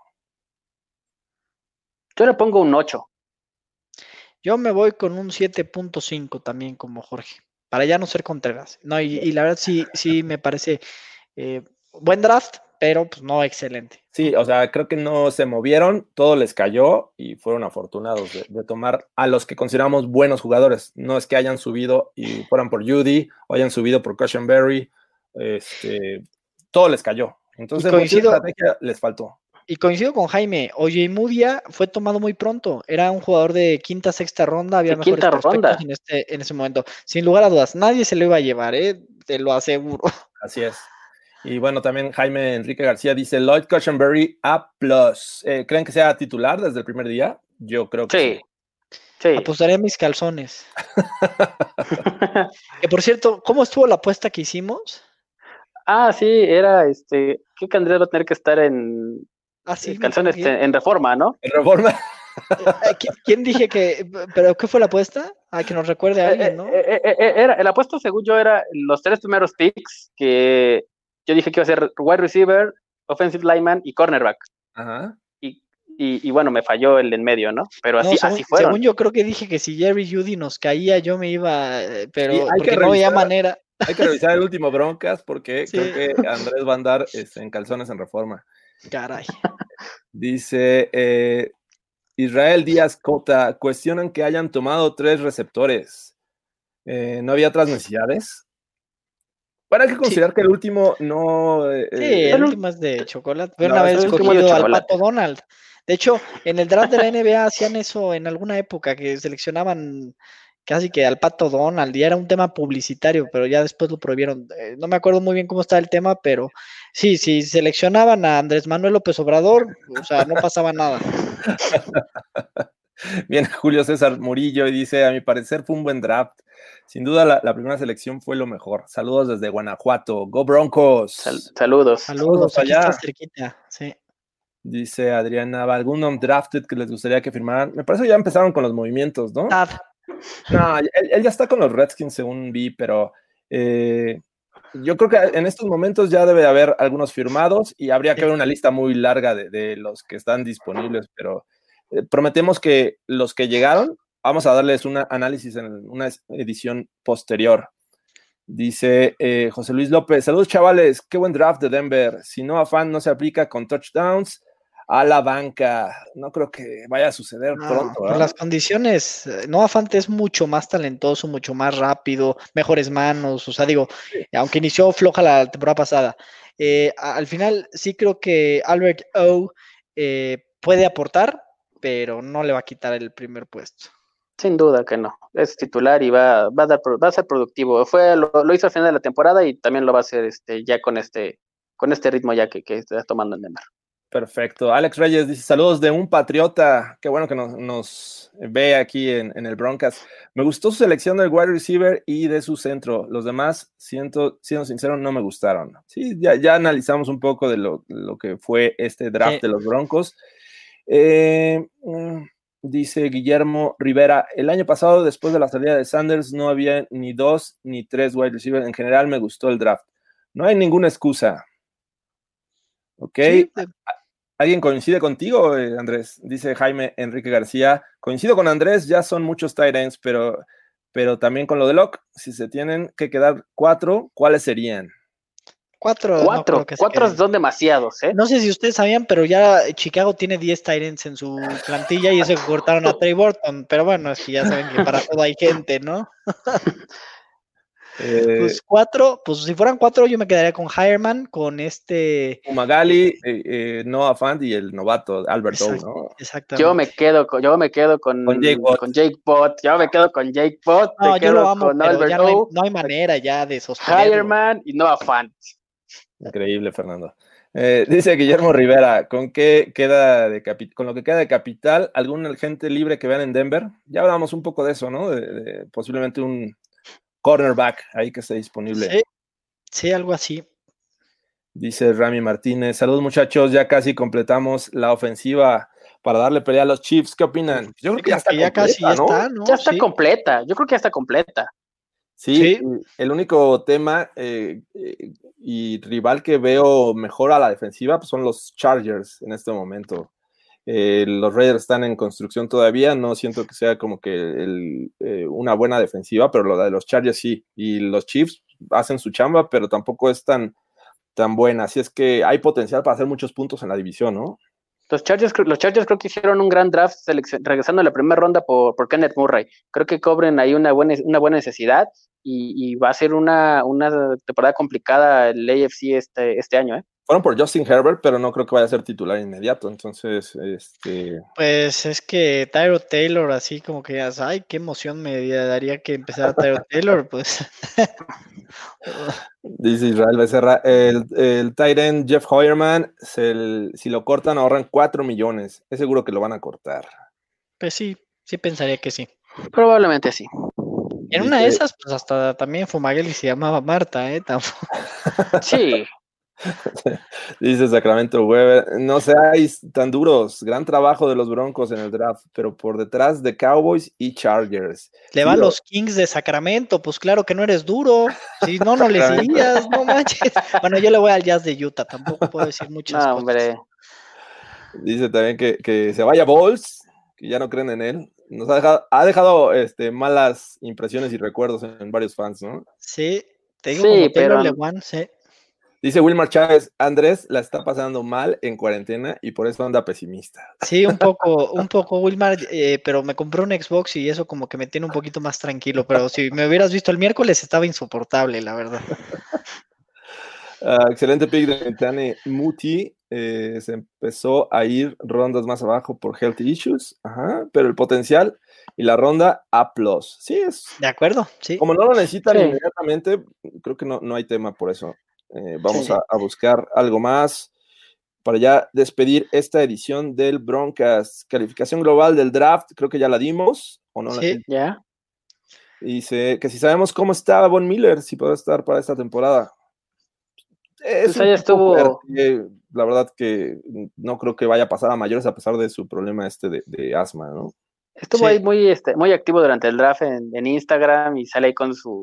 Yo le pongo un ocho. Yo me voy con un siete punto cinco también como Jorge, para ya no ser Contreras. No, y, y la verdad sí, sí me parece eh, buen draft, pero pues no excelente. Sí, o sea, creo que no se movieron, todo les cayó y fueron afortunados de, de tomar a los que consideramos buenos jugadores. No es que hayan subido y fueran por Jeudy o hayan subido por Cushenberry, este, todo les cayó. Entonces, coincido, mucha estrategia les faltó. Y coincido con Jaime, Ojemudia fue tomado muy pronto, era un jugador de quinta, sexta ronda, había de mejores quinta prospectos ronda. En, este, en ese momento. Sin lugar a dudas, nadie se lo iba a llevar, ¿eh? Te lo aseguro. Así es. Y bueno, también Jaime Enrique García dice, Lloyd Cushenberry A plus. Eh, ¿Creen que sea titular desde el primer día? Yo creo que sí. Sí. sí. Apostaré a mis calzones. Que por cierto, ¿cómo estuvo la apuesta que hicimos? Ah, sí, era este, creo que Andrés va a tener que estar en ah, sí, calzones en, en Reforma, ¿no? En Reforma. ¿Quién dije que, pero qué fue la apuesta? Ah, que nos recuerde a alguien, ¿no? Eh, eh, eh, era, el apuesto, según yo, era los tres primeros picks que yo dije que iba a ser wide receiver, offensive lineman y cornerback. Ajá. Y, y, y bueno, me falló el en medio, ¿no? Pero así, no, según, así fueron. Según yo creo que dije que si Jerry Jeudy nos caía, yo me iba, pero sí, porque no revisar, había manera. Hay que revisar el último Broncas porque sí. creo que Andrés va a andar este, en calzones en Reforma. Caray. Dice eh, Israel Díaz Cota, cuestionan que hayan tomado tres receptores. Eh, ¿No había otras necesidades? Bueno, hay que considerar sí. que el último no... Eh, sí, el último es de chocolate. Fue no, una vez escogido al Pato Donald. De hecho, en el draft de la N B A hacían eso en alguna época, que seleccionaban casi que al Pato Donald, y era un tema publicitario, pero ya después lo prohibieron. Eh, no me acuerdo muy bien cómo está el tema, pero sí, si seleccionaban a Andrés Manuel López Obrador, o sea, no pasaba nada. Viene Julio César Murillo y dice, a mi parecer fue un buen draft. Sin duda la, la primera selección fue lo mejor. Saludos desde Guanajuato. ¡Go Broncos! Sal, saludos. Saludos, aquí allá. Está cerquita, sí. Dice Adriana, ¿algún undrafted que les gustaría que firmaran? Me parece que ya empezaron con los movimientos, ¿no? Tad. No, él, él ya está con los Redskins según vi, pero eh, yo creo que en estos momentos ya debe haber algunos firmados y habría que ver una lista muy larga de, de los que están disponibles, pero eh, prometemos que los que llegaron, vamos a darles un análisis en una edición posterior. Dice eh, José Luis López, saludos chavales, qué buen draft de Denver. Si Noah Fant no se aplica con touchdowns, a la banca. No creo que vaya a suceder No, pronto. por ¿verdad? las condiciones, eh, Noah Fant es mucho más talentoso, mucho más rápido, mejores manos, o sea, digo, aunque inició floja la temporada pasada, eh, a- al final sí creo que Albert O eh, puede aportar, pero no le va a quitar el primer puesto. Sin duda que no. Es titular y va, va, a, dar, va a ser productivo. Fue, lo, lo hizo al final de la temporada y también lo va a hacer este, ya con este, con este ritmo ya que, que está tomando en Denver. Perfecto. Alex Reyes dice, saludos de un patriota. Qué bueno que nos, nos ve aquí en, en el Broncast. Me gustó su selección del wide receiver y de su centro. Los demás, siento, siendo sincero, no me gustaron. Sí, ya, ya analizamos un poco de lo, lo que fue este draft Sí. de los Broncos. Eh, dice Guillermo Rivera, el año pasado, después de la salida de Sanders, no había ni dos ni tres wide receivers. En general me gustó el draft. No hay ninguna excusa. Ok. Sí, de- ¿Alguien coincide contigo, eh, Andrés? Dice Jaime Enrique García. Coincido con Andrés, ya son muchos tight ends, pero, pero también con lo de Locke, si se tienen que quedar cuatro, ¿cuáles serían? cuatro. no Cuatro, creo que se cuatro queden. son demasiados, ¿eh? No sé si ustedes sabían, pero ya Chicago tiene diez tight ends en su plantilla y eso que cortaron a Trey Burton. Pero bueno, es que ya saben que para todo hay gente, ¿no? Eh, Pues cuatro, pues si fueran cuatro, yo me quedaría con Hireman, con este. Umagali, eh, eh, Noah Fant y el novato Albert O, Exact- ¿no? Exactamente. Yo me quedo con, yo me quedo con, Con Jake Watt. con Jake Watt, yo me quedo con Jake Watt, No, me yo lo quedo amo, con pero Albert ya no hay, O, no hay manera ya de sostenerlo. Hireman y Noah Fant. Increíble, Fernando. Eh, dice Guillermo Rivera, ¿con qué queda de capi- con lo que queda de capital, algún gente libre que vean en Denver? Ya hablamos un poco de eso, ¿no? De, de posiblemente un cornerback ahí que esté disponible. Sí, sí, algo así. Dice Rami Martínez, saludos muchachos, ya casi completamos la ofensiva para darle pelea a los Chiefs. ¿Qué opinan? Yo creo Sí, que ya como está que ya completa, casi ya ¿no? está, ¿no? Ya está Sí. completa, yo creo que ya está completa. Sí, Sí. el único tema eh, eh, y rival que veo mejor a la defensiva pues son los Chargers en este momento. Eh, los Raiders están en construcción todavía, no siento que sea como que el, eh, una buena defensiva, pero lo de los Chargers sí, y los Chiefs hacen su chamba, pero tampoco es tan, tan buena, así es que hay potencial para hacer muchos puntos en la división, ¿no? Los Chargers, los Chargers creo que hicieron un gran draft seleccion- regresando a la primera ronda por, por Kenneth Murray. Creo que cobren ahí una buena, una buena necesidad y, y va a ser una, una temporada complicada el A F C este, este año, ¿eh? Fueron por Justin Herbert, pero no creo que vaya a ser titular inmediato, entonces, este... Pues es que Tyrod Taylor, así como que, ay, qué emoción me daría que empezara Tyrod Taylor, pues. Dice Israel Becerra, el, el tight end Jeff Hoyerman, se, si lo cortan ahorran cuatro millones, es seguro que lo van a cortar. Pues sí, sí pensaría que sí. Probablemente sí. En una de esas, pues hasta también Fumagalli se llamaba Marta, ¿eh? Tampoco. Sí. Dice Sacramento Weber, no seáis tan duros, gran trabajo de los Broncos en el draft, pero por detrás de Cowboys y Chargers. Le Sí, van lo- los Kings de Sacramento, pues claro que no eres duro. Si no, no le seguías, no manches. Bueno, yo le voy al Jazz de Utah, tampoco puedo decir muchas No, cosas. hombre. Dice también que, que se vaya Bowles, que ya no creen en él. Nos ha dejado, ha dejado este, malas impresiones y recuerdos en, en varios fans, ¿no? Sí, te digo Sí, como Taylor pero- Lewan, sí. Dice Wilmar Chávez, Andrés la está pasando mal en cuarentena y por eso anda pesimista. Sí, un poco, un poco, Wilmar, eh, pero me compré un Xbox y eso como que me tiene un poquito más tranquilo, pero si me hubieras visto el miércoles estaba insoportable, la verdad. Uh, excelente pick de Tane Muti. Eh, se empezó a ir rondas más abajo por health issues, ajá, pero el potencial y la ronda A plus. Sí, es. De acuerdo, sí. Como no lo necesitan Sí. inmediatamente, creo que no, no hay tema por eso. Eh, vamos Sí. a, a buscar algo más para ya despedir esta edición del Broncast. Calificación global del draft, creo que ya la dimos, ¿o no? Sí. ¿Ya? Dice que si sabemos cómo está Von Miller, si puede estar para esta temporada. Es Pues un ahí tipo estuvo- fuerte, la verdad que no creo que vaya a pasar a mayores a pesar de su problema este de, de asma, ¿no? Estuvo Sí. ahí muy, este, muy activo durante el draft en, en Instagram y sale ahí con su,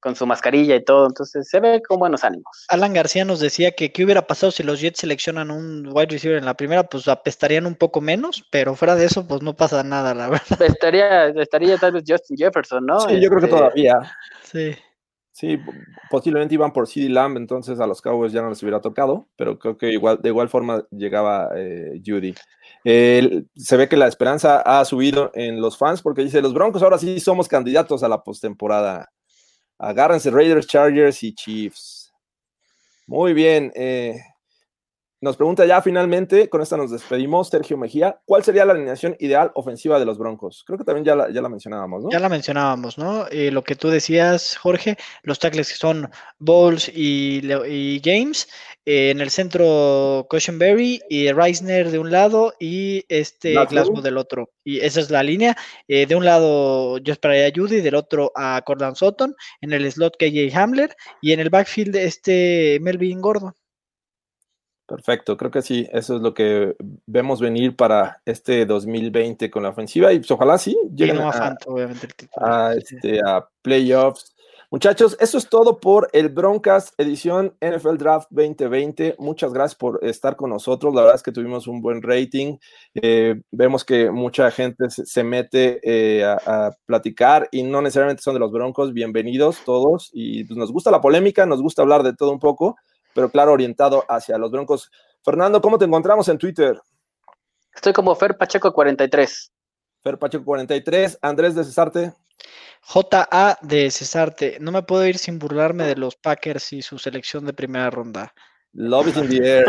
con su mascarilla y todo, entonces se ve con buenos ánimos. Alan García nos decía que qué hubiera pasado si los Jets seleccionan un wide receiver en la primera, pues apestarían un poco menos, pero fuera de eso, pues no pasa nada, la verdad. Estaría, estaría tal vez Justin Jefferson, ¿no? Sí, yo creo que Este, todavía. Sí. Sí, posiblemente iban por CeeDee Lamb, entonces a los Cowboys ya no les hubiera tocado, pero creo que igual, de igual forma llegaba eh, Judy. Eh, se ve que la esperanza ha subido en los fans porque dice, los Broncos ahora sí somos candidatos a la postemporada. Agárrense Raiders, Chargers y Chiefs. Muy bien. Eh, nos pregunta ya finalmente, con esta nos despedimos, Sergio Mejía, ¿cuál sería la alineación ideal ofensiva de los Broncos? Creo que también ya la, ya la mencionábamos, ¿no? Ya la mencionábamos, ¿no? Eh, lo que tú decías, Jorge, los tackles que son Bowles y, y James, eh, en el centro Cushenberry y Reisner de un lado y este Glasgow. Glasgow del otro. Y esa es la línea. Eh, de un lado yo esperaría a Judy, del otro a Cortland Sutton, en el slot K J Hamler y en el backfield este Melvin Gordon. Perfecto, creo que sí, eso es lo que vemos venir para este dos mil veinte con la ofensiva y pues ojalá sí lleguen no a, afanta, obviamente, el título. a, este, a playoffs. Muchachos, eso es todo por el Broncast edición N F L Draft veinte veinte. Muchas gracias por estar con nosotros. La verdad es que tuvimos un buen rating. Eh, vemos que mucha gente se, se mete eh, a, a platicar y no necesariamente son de los Broncos. Bienvenidos todos y pues, nos gusta la polémica, nos gusta hablar de todo un poco, pero claro, orientado hacia los Broncos. Fernando, ¿cómo te encontramos en Twitter? Estoy como Fer Pacheco cuarenta y tres. Fer Pacheco cuarenta y tres. Andrés de Cesarte. J A de Cesarte. No me puedo ir sin burlarme de los Packers y su selección de primera ronda. Love is in the air.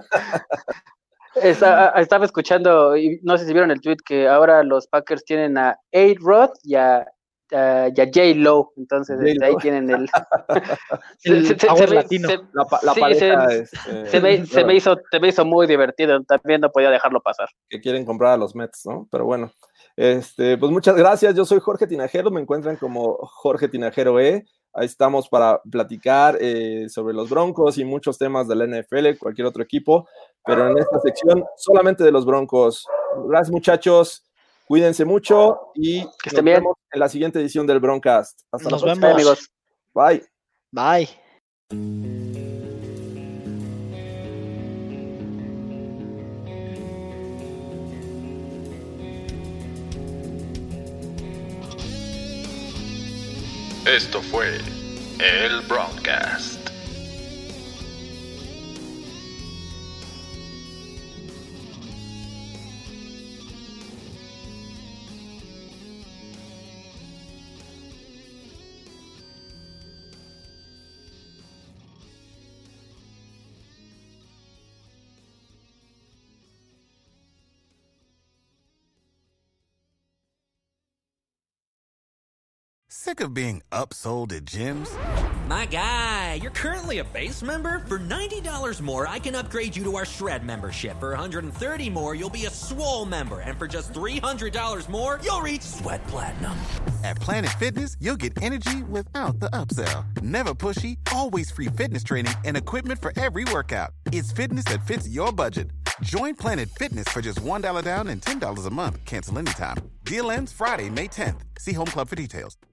Está, estaba escuchando, y no sé si vieron el tweet, que ahora los Packers tienen a A-Rod y a Uh, ya J-Lo, entonces este, ahí tienen el, el se, se, se latino. Se, la, la sí, pareja se, este, se, me, se, me hizo, se me hizo muy divertido, también no podía dejarlo pasar. Que quieren comprar a los Mets, ¿no? Pero bueno, este, pues muchas gracias, yo soy Jorge Tinajero, me encuentran como Jorge Tinajero E, ahí estamos para platicar eh, sobre los Broncos y muchos temas de la N F L, cualquier otro equipo, pero en esta sección solamente de los Broncos. Gracias muchachos. Cuídense mucho y que estén bien en la siguiente edición del Broncast. Hasta nos la vemos, amigos. Bye. Bye. Esto fue el Broncast. Sick of being upsold at gyms? My guy, you're currently a base member? For ninety dollars more, I can upgrade you to our Shred membership. For one hundred thirty dollars more, you'll be a Swole member. And for just three hundred dollars more, you'll reach Sweat Platinum. At Planet Fitness, you'll get energy without the upsell. Never pushy, always free fitness training and equipment for every workout. It's fitness that fits your budget. Join Planet Fitness for just one dollar down and ten dollars a month. Cancel anytime. Deal ends Friday, May tenth. See Home Club for details.